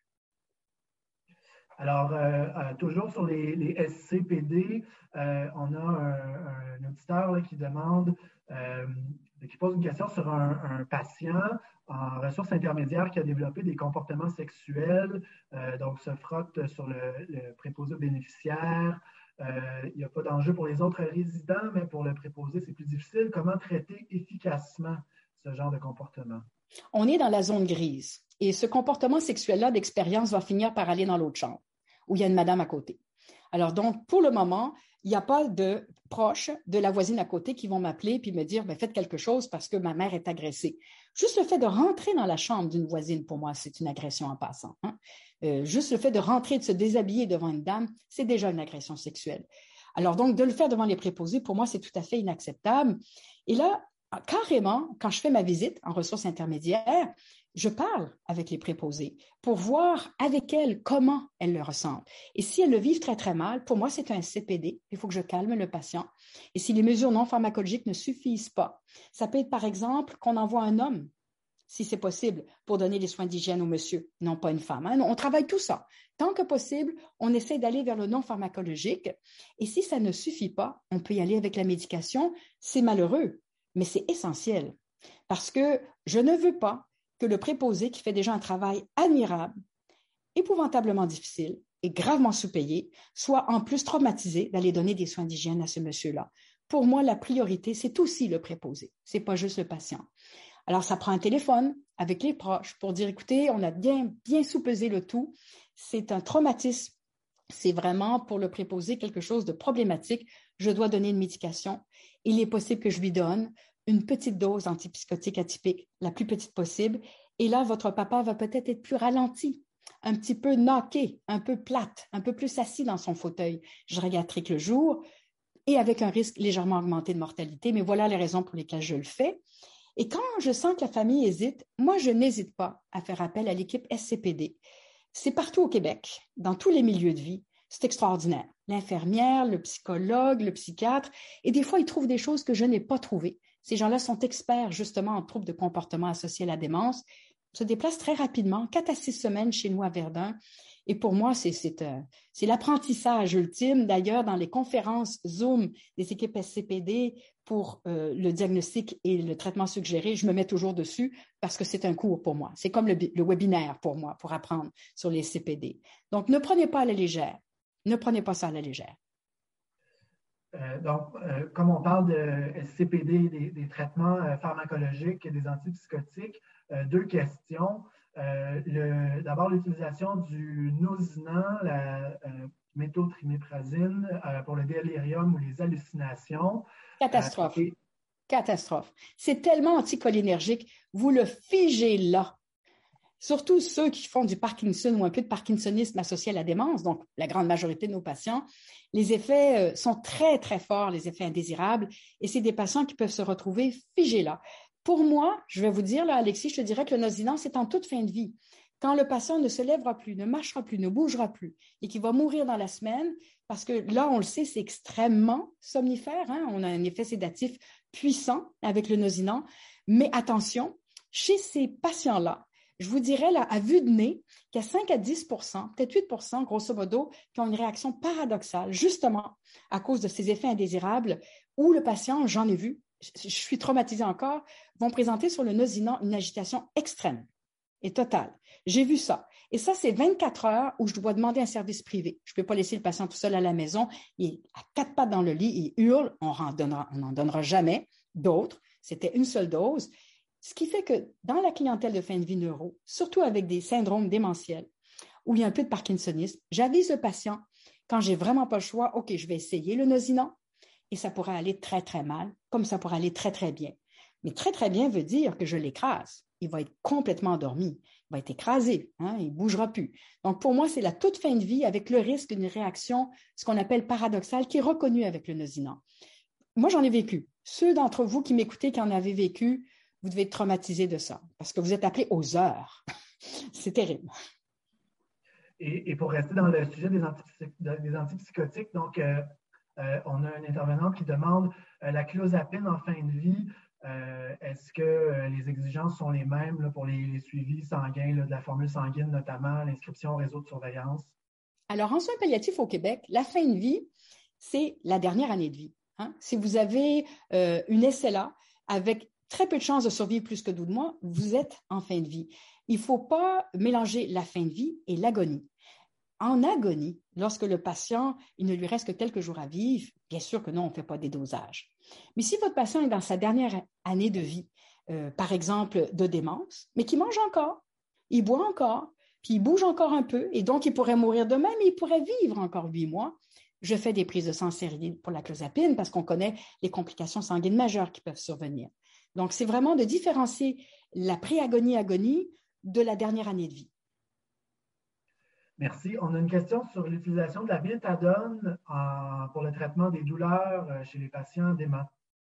Alors, euh, euh, toujours sur les, les S C P D, euh, on a un, un auditeur là, qui demande, euh, qui pose une question sur un, un patient en ressources intermédiaires qui a développé des comportements sexuels, euh, donc se frotte sur le, le préposé bénéficiaire. Euh, il n'y a pas d'enjeu pour les autres résidents, mais pour le préposé, c'est plus difficile. Comment traiter efficacement ce genre de comportement? On est dans la zone grise. Et ce comportement sexuel-là d'expérience va finir par aller dans l'autre chambre, où il y a une madame à côté. Alors donc, pour le moment, il n'y a pas de proches de la voisine à côté qui vont m'appeler puis me dire ben, « faites quelque chose parce que ma mère est agressée ». Juste le fait de rentrer dans la chambre d'une voisine, pour moi, c'est une agression en passant. Hein? Euh, juste le fait de rentrer, de se déshabiller devant une dame, c'est déjà une agression sexuelle. Alors donc, de le faire devant les préposés, pour moi, c'est tout à fait inacceptable. Et là, carrément, quand je fais ma visite en ressources intermédiaires, je parle avec les préposés pour voir avec elles comment elles le ressentent. Et si elles le vivent très, très mal, pour moi, c'est un S C P D. Il faut que je calme le patient. Et si les mesures non pharmacologiques ne suffisent pas, ça peut être, par exemple, qu'on envoie un homme, si c'est possible, pour donner les soins d'hygiène au monsieur, non pas une femme. Hein? On travaille tout ça. Tant que possible, on essaie d'aller vers le non pharmacologique. Et si ça ne suffit pas, on peut y aller avec la médication. C'est malheureux, mais c'est essentiel. Parce que je ne veux pas que le préposé, qui fait déjà un travail admirable, épouvantablement difficile et gravement sous-payé, soit en plus traumatisé d'aller donner des soins d'hygiène à ce monsieur-là. Pour moi, la priorité, c'est aussi le préposé. C'est pas juste le patient. Alors, ça prend un téléphone avec les proches pour dire, écoutez, on a bien, bien sous-pesé le tout. C'est un traumatisme. C'est vraiment pour le préposé quelque chose de problématique. Je dois donner une médication. Il est possible que je lui donne une petite dose antipsychotique atypique, la plus petite possible. Et là, votre papa va peut-être être plus ralenti, un petit peu knocké, un peu plate, un peu plus assis dans son fauteuil gériatrique le jour et avec un risque légèrement augmenté de mortalité. Mais voilà les raisons pour lesquelles je le fais. Et quand je sens que la famille hésite, moi, je n'hésite pas à faire appel à l'équipe S C P D. C'est partout au Québec, dans tous les milieux de vie. C'est extraordinaire. L'infirmière, le psychologue, le psychiatre, et des fois, ils trouvent des choses que je n'ai pas trouvées. Ces gens-là sont experts justement en troubles de comportement associés à la démence, se déplacent très rapidement, quatre à six semaines chez nous à Verdun. Et pour moi, c'est, c'est, euh, c'est l'apprentissage ultime. D'ailleurs, dans les conférences Zoom des équipes S C P D pour euh, le diagnostic et le traitement suggéré, je me mets toujours dessus parce que c'est un cours pour moi. C'est comme le, le webinaire pour moi, pour apprendre sur les S C P D. Donc, ne prenez pas à la légère. Ne prenez pas ça à la légère. Euh, donc, euh, comme on parle de S C P D, des, des traitements euh, pharmacologiques et des antipsychotiques, euh, deux questions. Euh, le, d'abord, l'utilisation du Nosinant, la euh, méthyltriméprazine, euh, pour le délirium ou les hallucinations. Catastrophe. Euh, et... Catastrophe. C'est tellement anticholinergique. Vous le figez là. Surtout ceux qui font du Parkinson ou un peu de parkinsonisme associé à la démence, donc la grande majorité de nos patients, les effets sont très, très forts, les effets indésirables, et c'est des patients qui peuvent se retrouver figés là. Pour moi, je vais vous dire, là, Alexis, je te dirais que le Nosinant, c'est en toute fin de vie. Quand le patient ne se lèvera plus, ne marchera plus, ne bougera plus, et qu'il va mourir dans la semaine, parce que là, on le sait, c'est extrêmement somnifère, hein? On a un effet sédatif puissant avec le Nosinant, mais attention, chez ces patients-là, je vous dirais, là, à vue de nez, qu'il y a cinq à dix pour cent, peut-être huit pour cent, grosso modo, qui ont une réaction paradoxale, justement, à cause de ces effets indésirables, où le patient, j'en ai vu, je suis traumatisée encore, vont présenter sur le Nosinant une agitation extrême et totale. J'ai vu ça. Et ça, c'est vingt-quatre heures où je dois demander un service privé. Je ne peux pas laisser le patient tout seul à la maison. Il est à quatre pattes dans le lit, il hurle, on n'en donnera, on n'en donnera jamais d'autres. C'était une seule dose. Ce qui fait que dans la clientèle de fin de vie neuro, surtout avec des syndromes démentiels, où il y a un peu de parkinsonisme, j'avise le patient, quand j'ai vraiment pas le choix, OK, je vais essayer le Nosinant, et ça pourrait aller très, très mal, comme ça pourrait aller très, très bien. Mais très, très bien veut dire que je l'écrase. Il va être complètement endormi. Il va être écrasé. Hein, il ne bougera plus. Donc, pour moi, c'est la toute fin de vie avec le risque d'une réaction, ce qu'on appelle paradoxale, qui est reconnue avec le Nosinant. Moi, j'en ai vécu. Ceux d'entre vous qui m'écoutez, qui en avez vécu, vous devez être traumatisé de ça parce que vous êtes appelé aux heures. C'est terrible. Et, et pour rester dans le sujet des, antipsy- des antipsychotiques, donc, euh, euh, on a un intervenant qui demande euh, la clozapine en fin de vie. Euh, est-ce que euh, les exigences sont les mêmes là, pour les, les suivis sanguins, là, de la formule sanguine notamment, l'inscription au réseau de surveillance? Alors, en soins palliatifs au Québec, la fin de vie, c'est la dernière année de vie. Hein? Si vous avez euh, une S L A avec très peu de chances de survivre plus que douze mois, vous êtes en fin de vie. Il ne faut pas mélanger la fin de vie et l'agonie. En agonie, lorsque le patient, il ne lui reste que quelques jours à vivre, bien sûr que non, on ne fait pas des dosages. Mais si votre patient est dans sa dernière année de vie, euh, par exemple de démence, mais qui mange encore, il boit encore, puis il bouge encore un peu, et donc il pourrait mourir demain, mais il pourrait vivre encore huit mois, je fais des prises de sang stériles pour la clozapine parce qu'on connaît les complications sanguines majeures qui peuvent survenir. Donc, c'est vraiment de différencier la pré-agonie-agonie de la dernière année de vie. Merci. On a une question sur l'utilisation de la méthadone en, pour le traitement des douleurs chez les patients déments.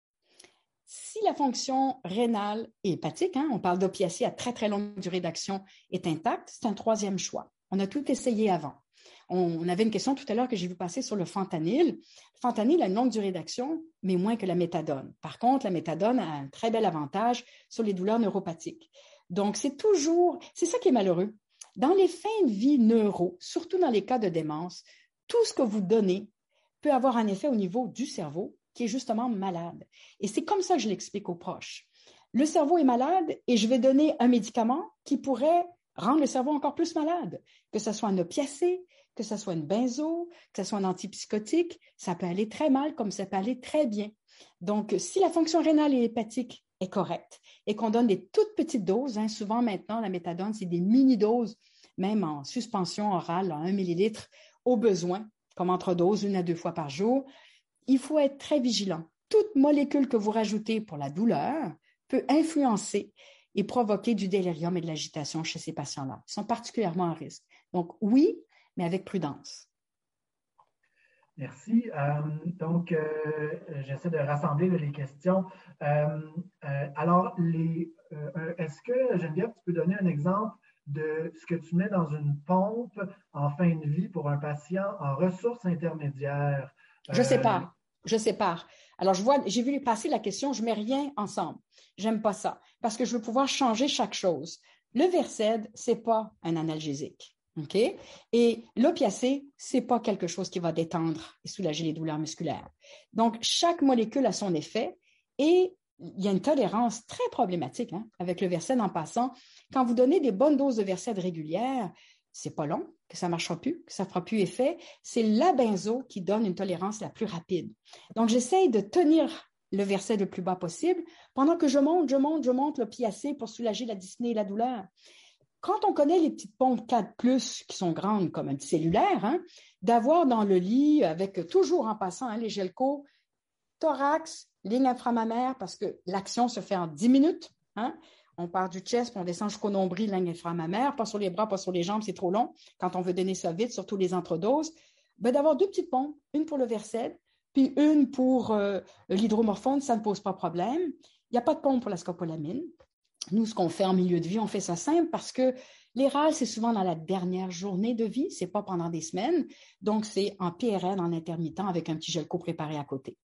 Si la fonction rénale et hépatique, hein, on parle d'opiacés à très, très longue durée d'action, est intacte, c'est un troisième choix. On a tout essayé avant. On avait une question tout à l'heure que j'ai vu passer sur le fentanyl. Le fentanyl a une longue durée d'action, mais moins que la méthadone. Par contre, la méthadone a un très bel avantage sur les douleurs neuropathiques. Donc, c'est toujours, c'est ça qui est malheureux. Dans les fins de vie neuro, surtout dans les cas de démence, tout ce que vous donnez peut avoir un effet au niveau du cerveau qui est justement malade. Et c'est comme ça que je l'explique aux proches. Le cerveau est malade et je vais donner un médicament qui pourrait rendre le cerveau encore plus malade, que ce soit un opiacé, que ce soit une benzo, que ce soit un antipsychotique, ça peut aller très mal comme ça peut aller très bien. Donc, si la fonction rénale et hépatique est correcte et qu'on donne des toutes petites doses, hein, souvent maintenant, la méthadone, c'est des mini-doses, même en suspension orale, à un millilitre, au besoin, comme entre-dose, une à deux fois par jour, il faut être très vigilant. Toute molécule que vous rajoutez pour la douleur peut influencer et provoquer du délirium et de l'agitation chez ces patients-là. Ils sont particulièrement à risque. Donc, oui, mais avec prudence. Merci. Euh, donc, euh, j'essaie de rassembler les questions. Euh, euh, alors, les, euh, est-ce que, Geneviève, tu peux donner un exemple de ce que tu mets dans une pompe en fin de vie pour un patient en ressources intermédiaires? Je sépare. Je sépare. Alors, je vois, j'ai vu passer la question, je ne mets rien ensemble. J'aime pas ça parce que je veux pouvoir changer chaque chose. Le Versed, ce n'est pas un analgésique. OK? Et l'opiacé, ce n'est pas quelque chose qui va détendre et soulager les douleurs musculaires. Donc, chaque molécule a son effet et il y a une tolérance très problématique hein, avec le Versed en passant. Quand vous donnez des bonnes doses de Versed régulières, c'est pas long, que ça ne marchera plus, que ça ne fera plus effet. C'est la benzo qui donne une tolérance la plus rapide. Donc, j'essaye de tenir le Versed le plus bas possible pendant que je monte, je monte, je monte l'opiacé pour soulager la dyspnée et la douleur. Quand on connaît les petites pompes quatre plus qui sont grandes comme un petit cellulaire, hein, d'avoir dans le lit, avec toujours en passant hein, les gelcos, thorax, ligne inframammaire, parce que l'action se fait en dix minutes. Hein. On part du chest, puis on descend jusqu'au nombril, ligne inframammaire, pas sur les bras, pas sur les jambes, c'est trop long. Quand on veut donner ça vite, surtout les entredoses, ben, d'avoir deux petites pompes, une pour le Versed, puis une pour euh, l'hydromorphone, ça ne pose pas de problème. Il n'y a pas de pompe pour la scopolamine. Nous, ce qu'on fait en milieu de vie, on fait ça simple parce que les râles, c'est souvent dans la dernière journée de vie, c'est pas pendant des semaines. Donc, c'est en P R N, en intermittent, avec un petit gelco préparé à côté.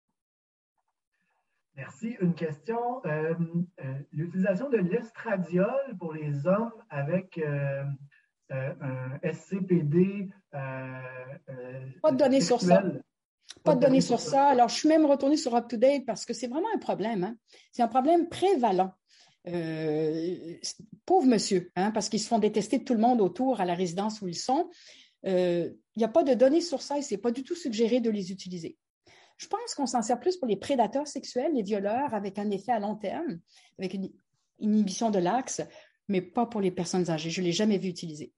Merci. Une question. Euh, euh, l'utilisation de l'estradiol pour les hommes avec euh, euh, un S C P D euh, euh, Pas de données sur ça. Pas de données sur ça. ça. Alors, je suis même retournée sur UpToDate parce que c'est vraiment un problème. Hein? C'est un problème prévalent. Euh, pauvre monsieur, hein, parce qu'ils se font détester de tout le monde autour à la résidence où ils sont. Il euh, n'y a pas de données sur ça et ce n'est pas du tout suggéré de les utiliser. Je pense qu'on s'en sert plus pour les prédateurs sexuels, les violeurs, avec un effet à long terme, avec une inhibition de l'axe, mais pas pour les personnes âgées. Je ne l'ai jamais vu utiliser.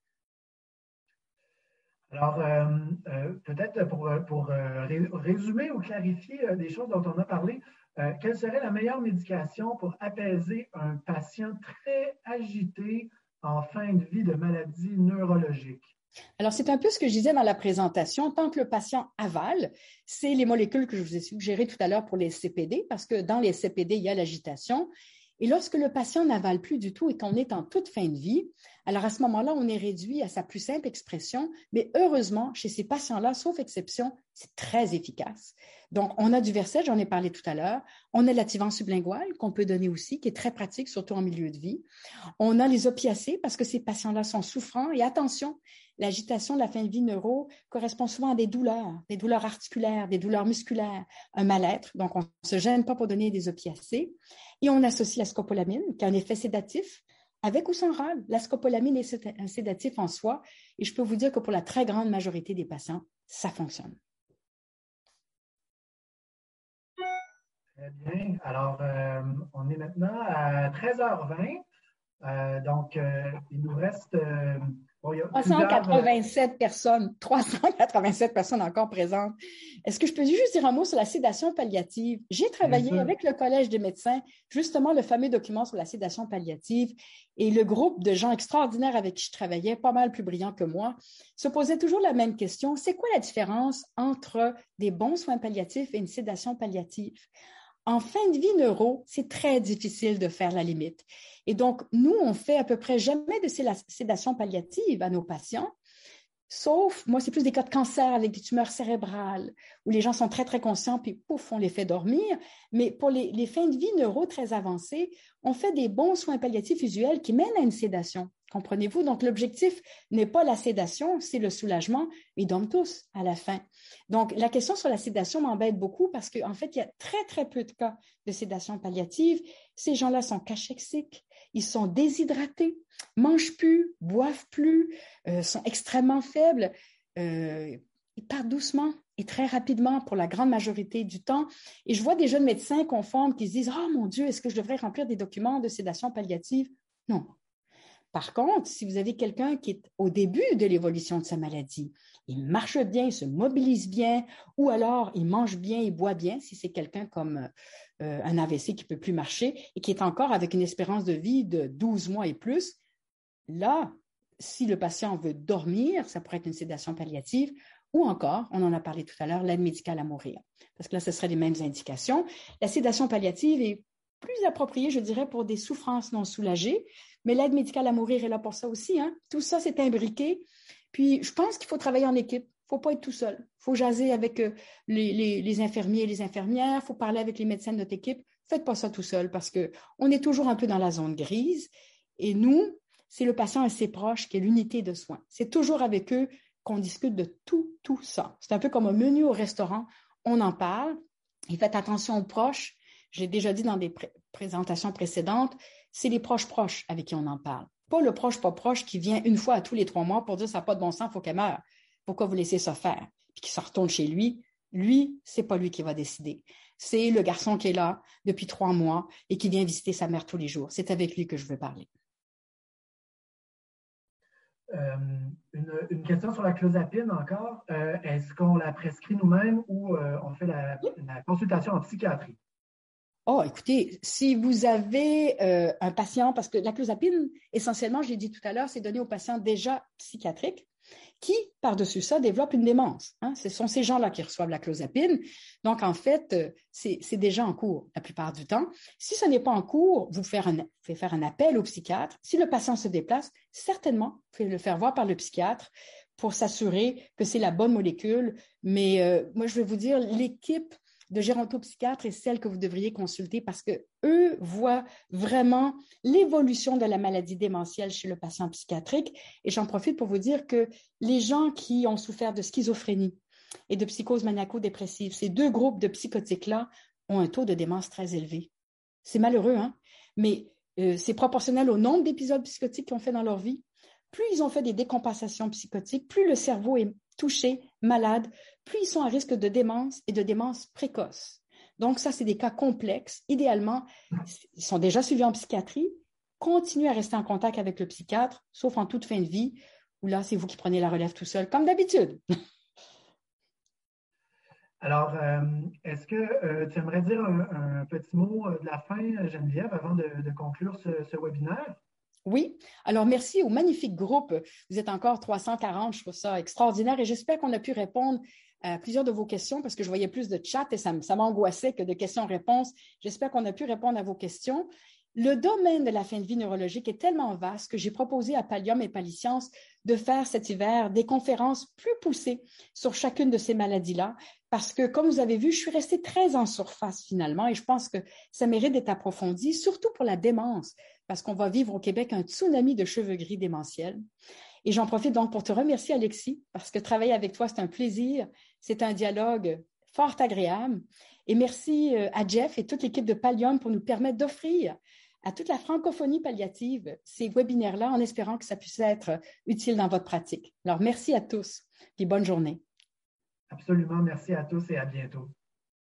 Alors, euh, euh, peut-être pour, pour euh, résumer ou clarifier euh, des choses dont on a parlé, euh, quelle serait la meilleure médication pour apaiser un patient très agité en fin de vie de maladie neurologique? Alors, c'est un peu ce que je disais dans la présentation. Tant que le patient avale, c'est les molécules que je vous ai suggérées tout à l'heure pour les S C P D, parce que dans les S C P D, il y a l'agitation. Et lorsque le patient n'avale plus du tout et qu'on est en toute fin de vie, alors à ce moment-là, on est réduit à sa plus simple expression, mais heureusement, chez ces patients-là, sauf exception, c'est très efficace. Donc, on a du Versed, j'en ai parlé tout à l'heure. On a l'Ativan sublingual qu'on peut donner aussi, qui est très pratique, surtout en milieu de vie. On a les opiacés parce que ces patients-là sont souffrants. Et attention, l'agitation de la fin de vie neuro correspond souvent à des douleurs, des douleurs articulaires, des douleurs musculaires, un mal-être. Donc, on ne se gêne pas pour donner des opiacés. Et on associe la scopolamine, qui a un effet sédatif, avec ou sans râle. La scopolamine est un sédatif en soi. Et je peux vous dire que pour la très grande majorité des patients, ça fonctionne. Très bien. Alors, euh, on est maintenant à treize heures vingt. Euh, donc, euh, il nous reste... Euh, bon, il y a trois cent quatre-vingt-sept plusieurs... personnes, trois cent quatre-vingt-sept personnes encore présentes. Est-ce que je peux juste dire un mot sur la sédation palliative? J'ai travaillé avec le Collège des médecins, justement, le fameux document sur la sédation palliative, et le groupe de gens extraordinaires avec qui je travaillais, pas mal plus brillants que moi, se posait toujours la même question. C'est quoi la différence entre des bons soins palliatifs et une sédation palliative? En fin de vie neuro, c'est très difficile de faire la limite. Et donc, nous, on fait à peu près jamais de sédation palliative à nos patients, sauf, moi, c'est plus des cas de cancer avec des tumeurs cérébrales, où les gens sont très, très conscients, puis pouf, on les fait dormir. Mais pour les, les fins de vie neuro très avancées, on fait des bons soins palliatifs usuels qui mènent à une sédation. Comprenez-vous? Donc, l'objectif n'est pas la sédation, c'est le soulagement. Ils dorment tous à la fin. Donc, la question sur la sédation m'embête beaucoup parce qu'en fait, il y a très, très peu de cas de sédation palliative. Ces gens-là sont cachexiques, ils sont déshydratés, mangent plus, boivent plus, euh, sont extrêmement faibles. Euh, ils partent doucement et très rapidement pour la grande majorité du temps. Et je vois des jeunes médecins conformes qui se disent « Oh mon Dieu, est-ce que je devrais remplir des documents de sédation palliative? » Non. Par contre, si vous avez quelqu'un qui est au début de l'évolution de sa maladie, il marche bien, il se mobilise bien, ou alors il mange bien, il boit bien, si c'est quelqu'un comme euh, un A V C qui ne peut plus marcher et qui est encore avec une espérance de vie de douze mois et plus, là, si le patient veut dormir, ça pourrait être une sédation palliative, ou encore, on en a parlé tout à l'heure, l'aide médicale à mourir, parce que là, ce seraient les mêmes indications. La sédation palliative est plus appropriée, je dirais, pour des souffrances non soulagées, mais l'aide médicale à mourir est là pour ça aussi. Hein? Tout ça, c'est imbriqué. Puis, je pense qu'il faut travailler en équipe. Il ne faut pas être tout seul. Il faut jaser avec euh, les, les, les infirmiers et les infirmières. Il faut parler avec les médecins de notre équipe. Faites pas ça tout seul parce qu'on est toujours un peu dans la zone grise. Et nous, c'est le patient et ses proches qui est l'unité de soins. C'est toujours avec eux qu'on discute de tout, tout ça. C'est un peu comme un menu au restaurant. On en parle. Et faites attention aux proches. J'ai déjà dit dans des pré- présentations précédentes, c'est les proches proches avec qui on en parle. Pas le proche pas proche qui vient une fois à tous les trois mois pour dire ça n'a pas de bon sens, il faut qu'elle meure. Pourquoi vous laissez ça faire? Puis qui se retourne chez lui. Lui, c'est pas lui qui va décider. C'est le garçon qui est là depuis trois mois et qui vient visiter sa mère tous les jours. C'est avec lui que je veux parler. Euh, une, une question sur la clozapine encore. Euh, est-ce qu'on la prescrit nous-mêmes ou euh, on fait la, la consultation en psychiatrie? Oh, écoutez, si vous avez euh, un patient, parce que la clozapine, essentiellement, je l'ai dit tout à l'heure, c'est donné aux patients déjà psychiatriques qui, par-dessus ça, développent une démence. Hein? Ce sont ces gens-là qui reçoivent la clozapine. Donc, en fait, euh, c'est, c'est déjà en cours la plupart du temps. Si ce n'est pas en cours, vous faites un, vous faire un appel au psychiatre. Si le patient se déplace, certainement, vous pouvez le faire voir par le psychiatre pour s'assurer que c'est la bonne molécule. Mais euh, moi, je vais vous dire, l'équipe de gérontopsychiatre est celle que vous devriez consulter parce qu'eux voient vraiment l'évolution de la maladie démentielle chez le patient psychiatrique. Et j'en profite pour vous dire que les gens qui ont souffert de schizophrénie et de psychose maniaco-dépressive, ces deux groupes de psychotiques-là ont un taux de démence très élevé. C'est malheureux, hein? Mais euh, c'est proportionnel au nombre d'épisodes psychotiques qu'ils ont fait dans leur vie. Plus ils ont fait des décompensations psychotiques, plus le cerveau est touchés, malades, plus ils sont à risque de démence et de démence précoce. Donc, ça, c'est des cas complexes. Idéalement, ils sont déjà suivis en psychiatrie. Continuez à rester en contact avec le psychiatre, sauf en toute fin de vie, où là, c'est vous qui prenez la relève tout seul, comme d'habitude. Alors, euh, est-ce que euh, tu aimerais dire un, un petit mot de la fin, Geneviève, avant de, de conclure ce, ce webinaire? Oui. Alors, merci au magnifique groupe. Vous êtes encore trois cent quarante. Je trouve ça extraordinaire et j'espère qu'on a pu répondre à plusieurs de vos questions parce que je voyais plus de chat et ça, ça m'angoissait que de questions-réponses. J'espère qu'on a pu répondre à vos questions. Le domaine de la fin de vie neurologique est tellement vaste que j'ai proposé à Pallium et Palisciences de faire cet hiver des conférences plus poussées sur chacune de ces maladies-là, parce que, comme vous avez vu, je suis restée très en surface finalement et je pense que ça mérite d'être approfondi, surtout pour la démence, parce qu'on va vivre au Québec un tsunami de cheveux gris démentiels. Et j'en profite donc pour te remercier, Alexis, parce que travailler avec toi, c'est un plaisir, c'est un dialogue fort agréable. Et merci à Jeff et toute l'équipe de Pallium pour nous permettre d'offrir à toute la francophonie palliative ces webinaires-là en espérant que ça puisse être utile dans votre pratique. Alors, merci à tous et bonne journée. Absolument, merci à tous et à bientôt.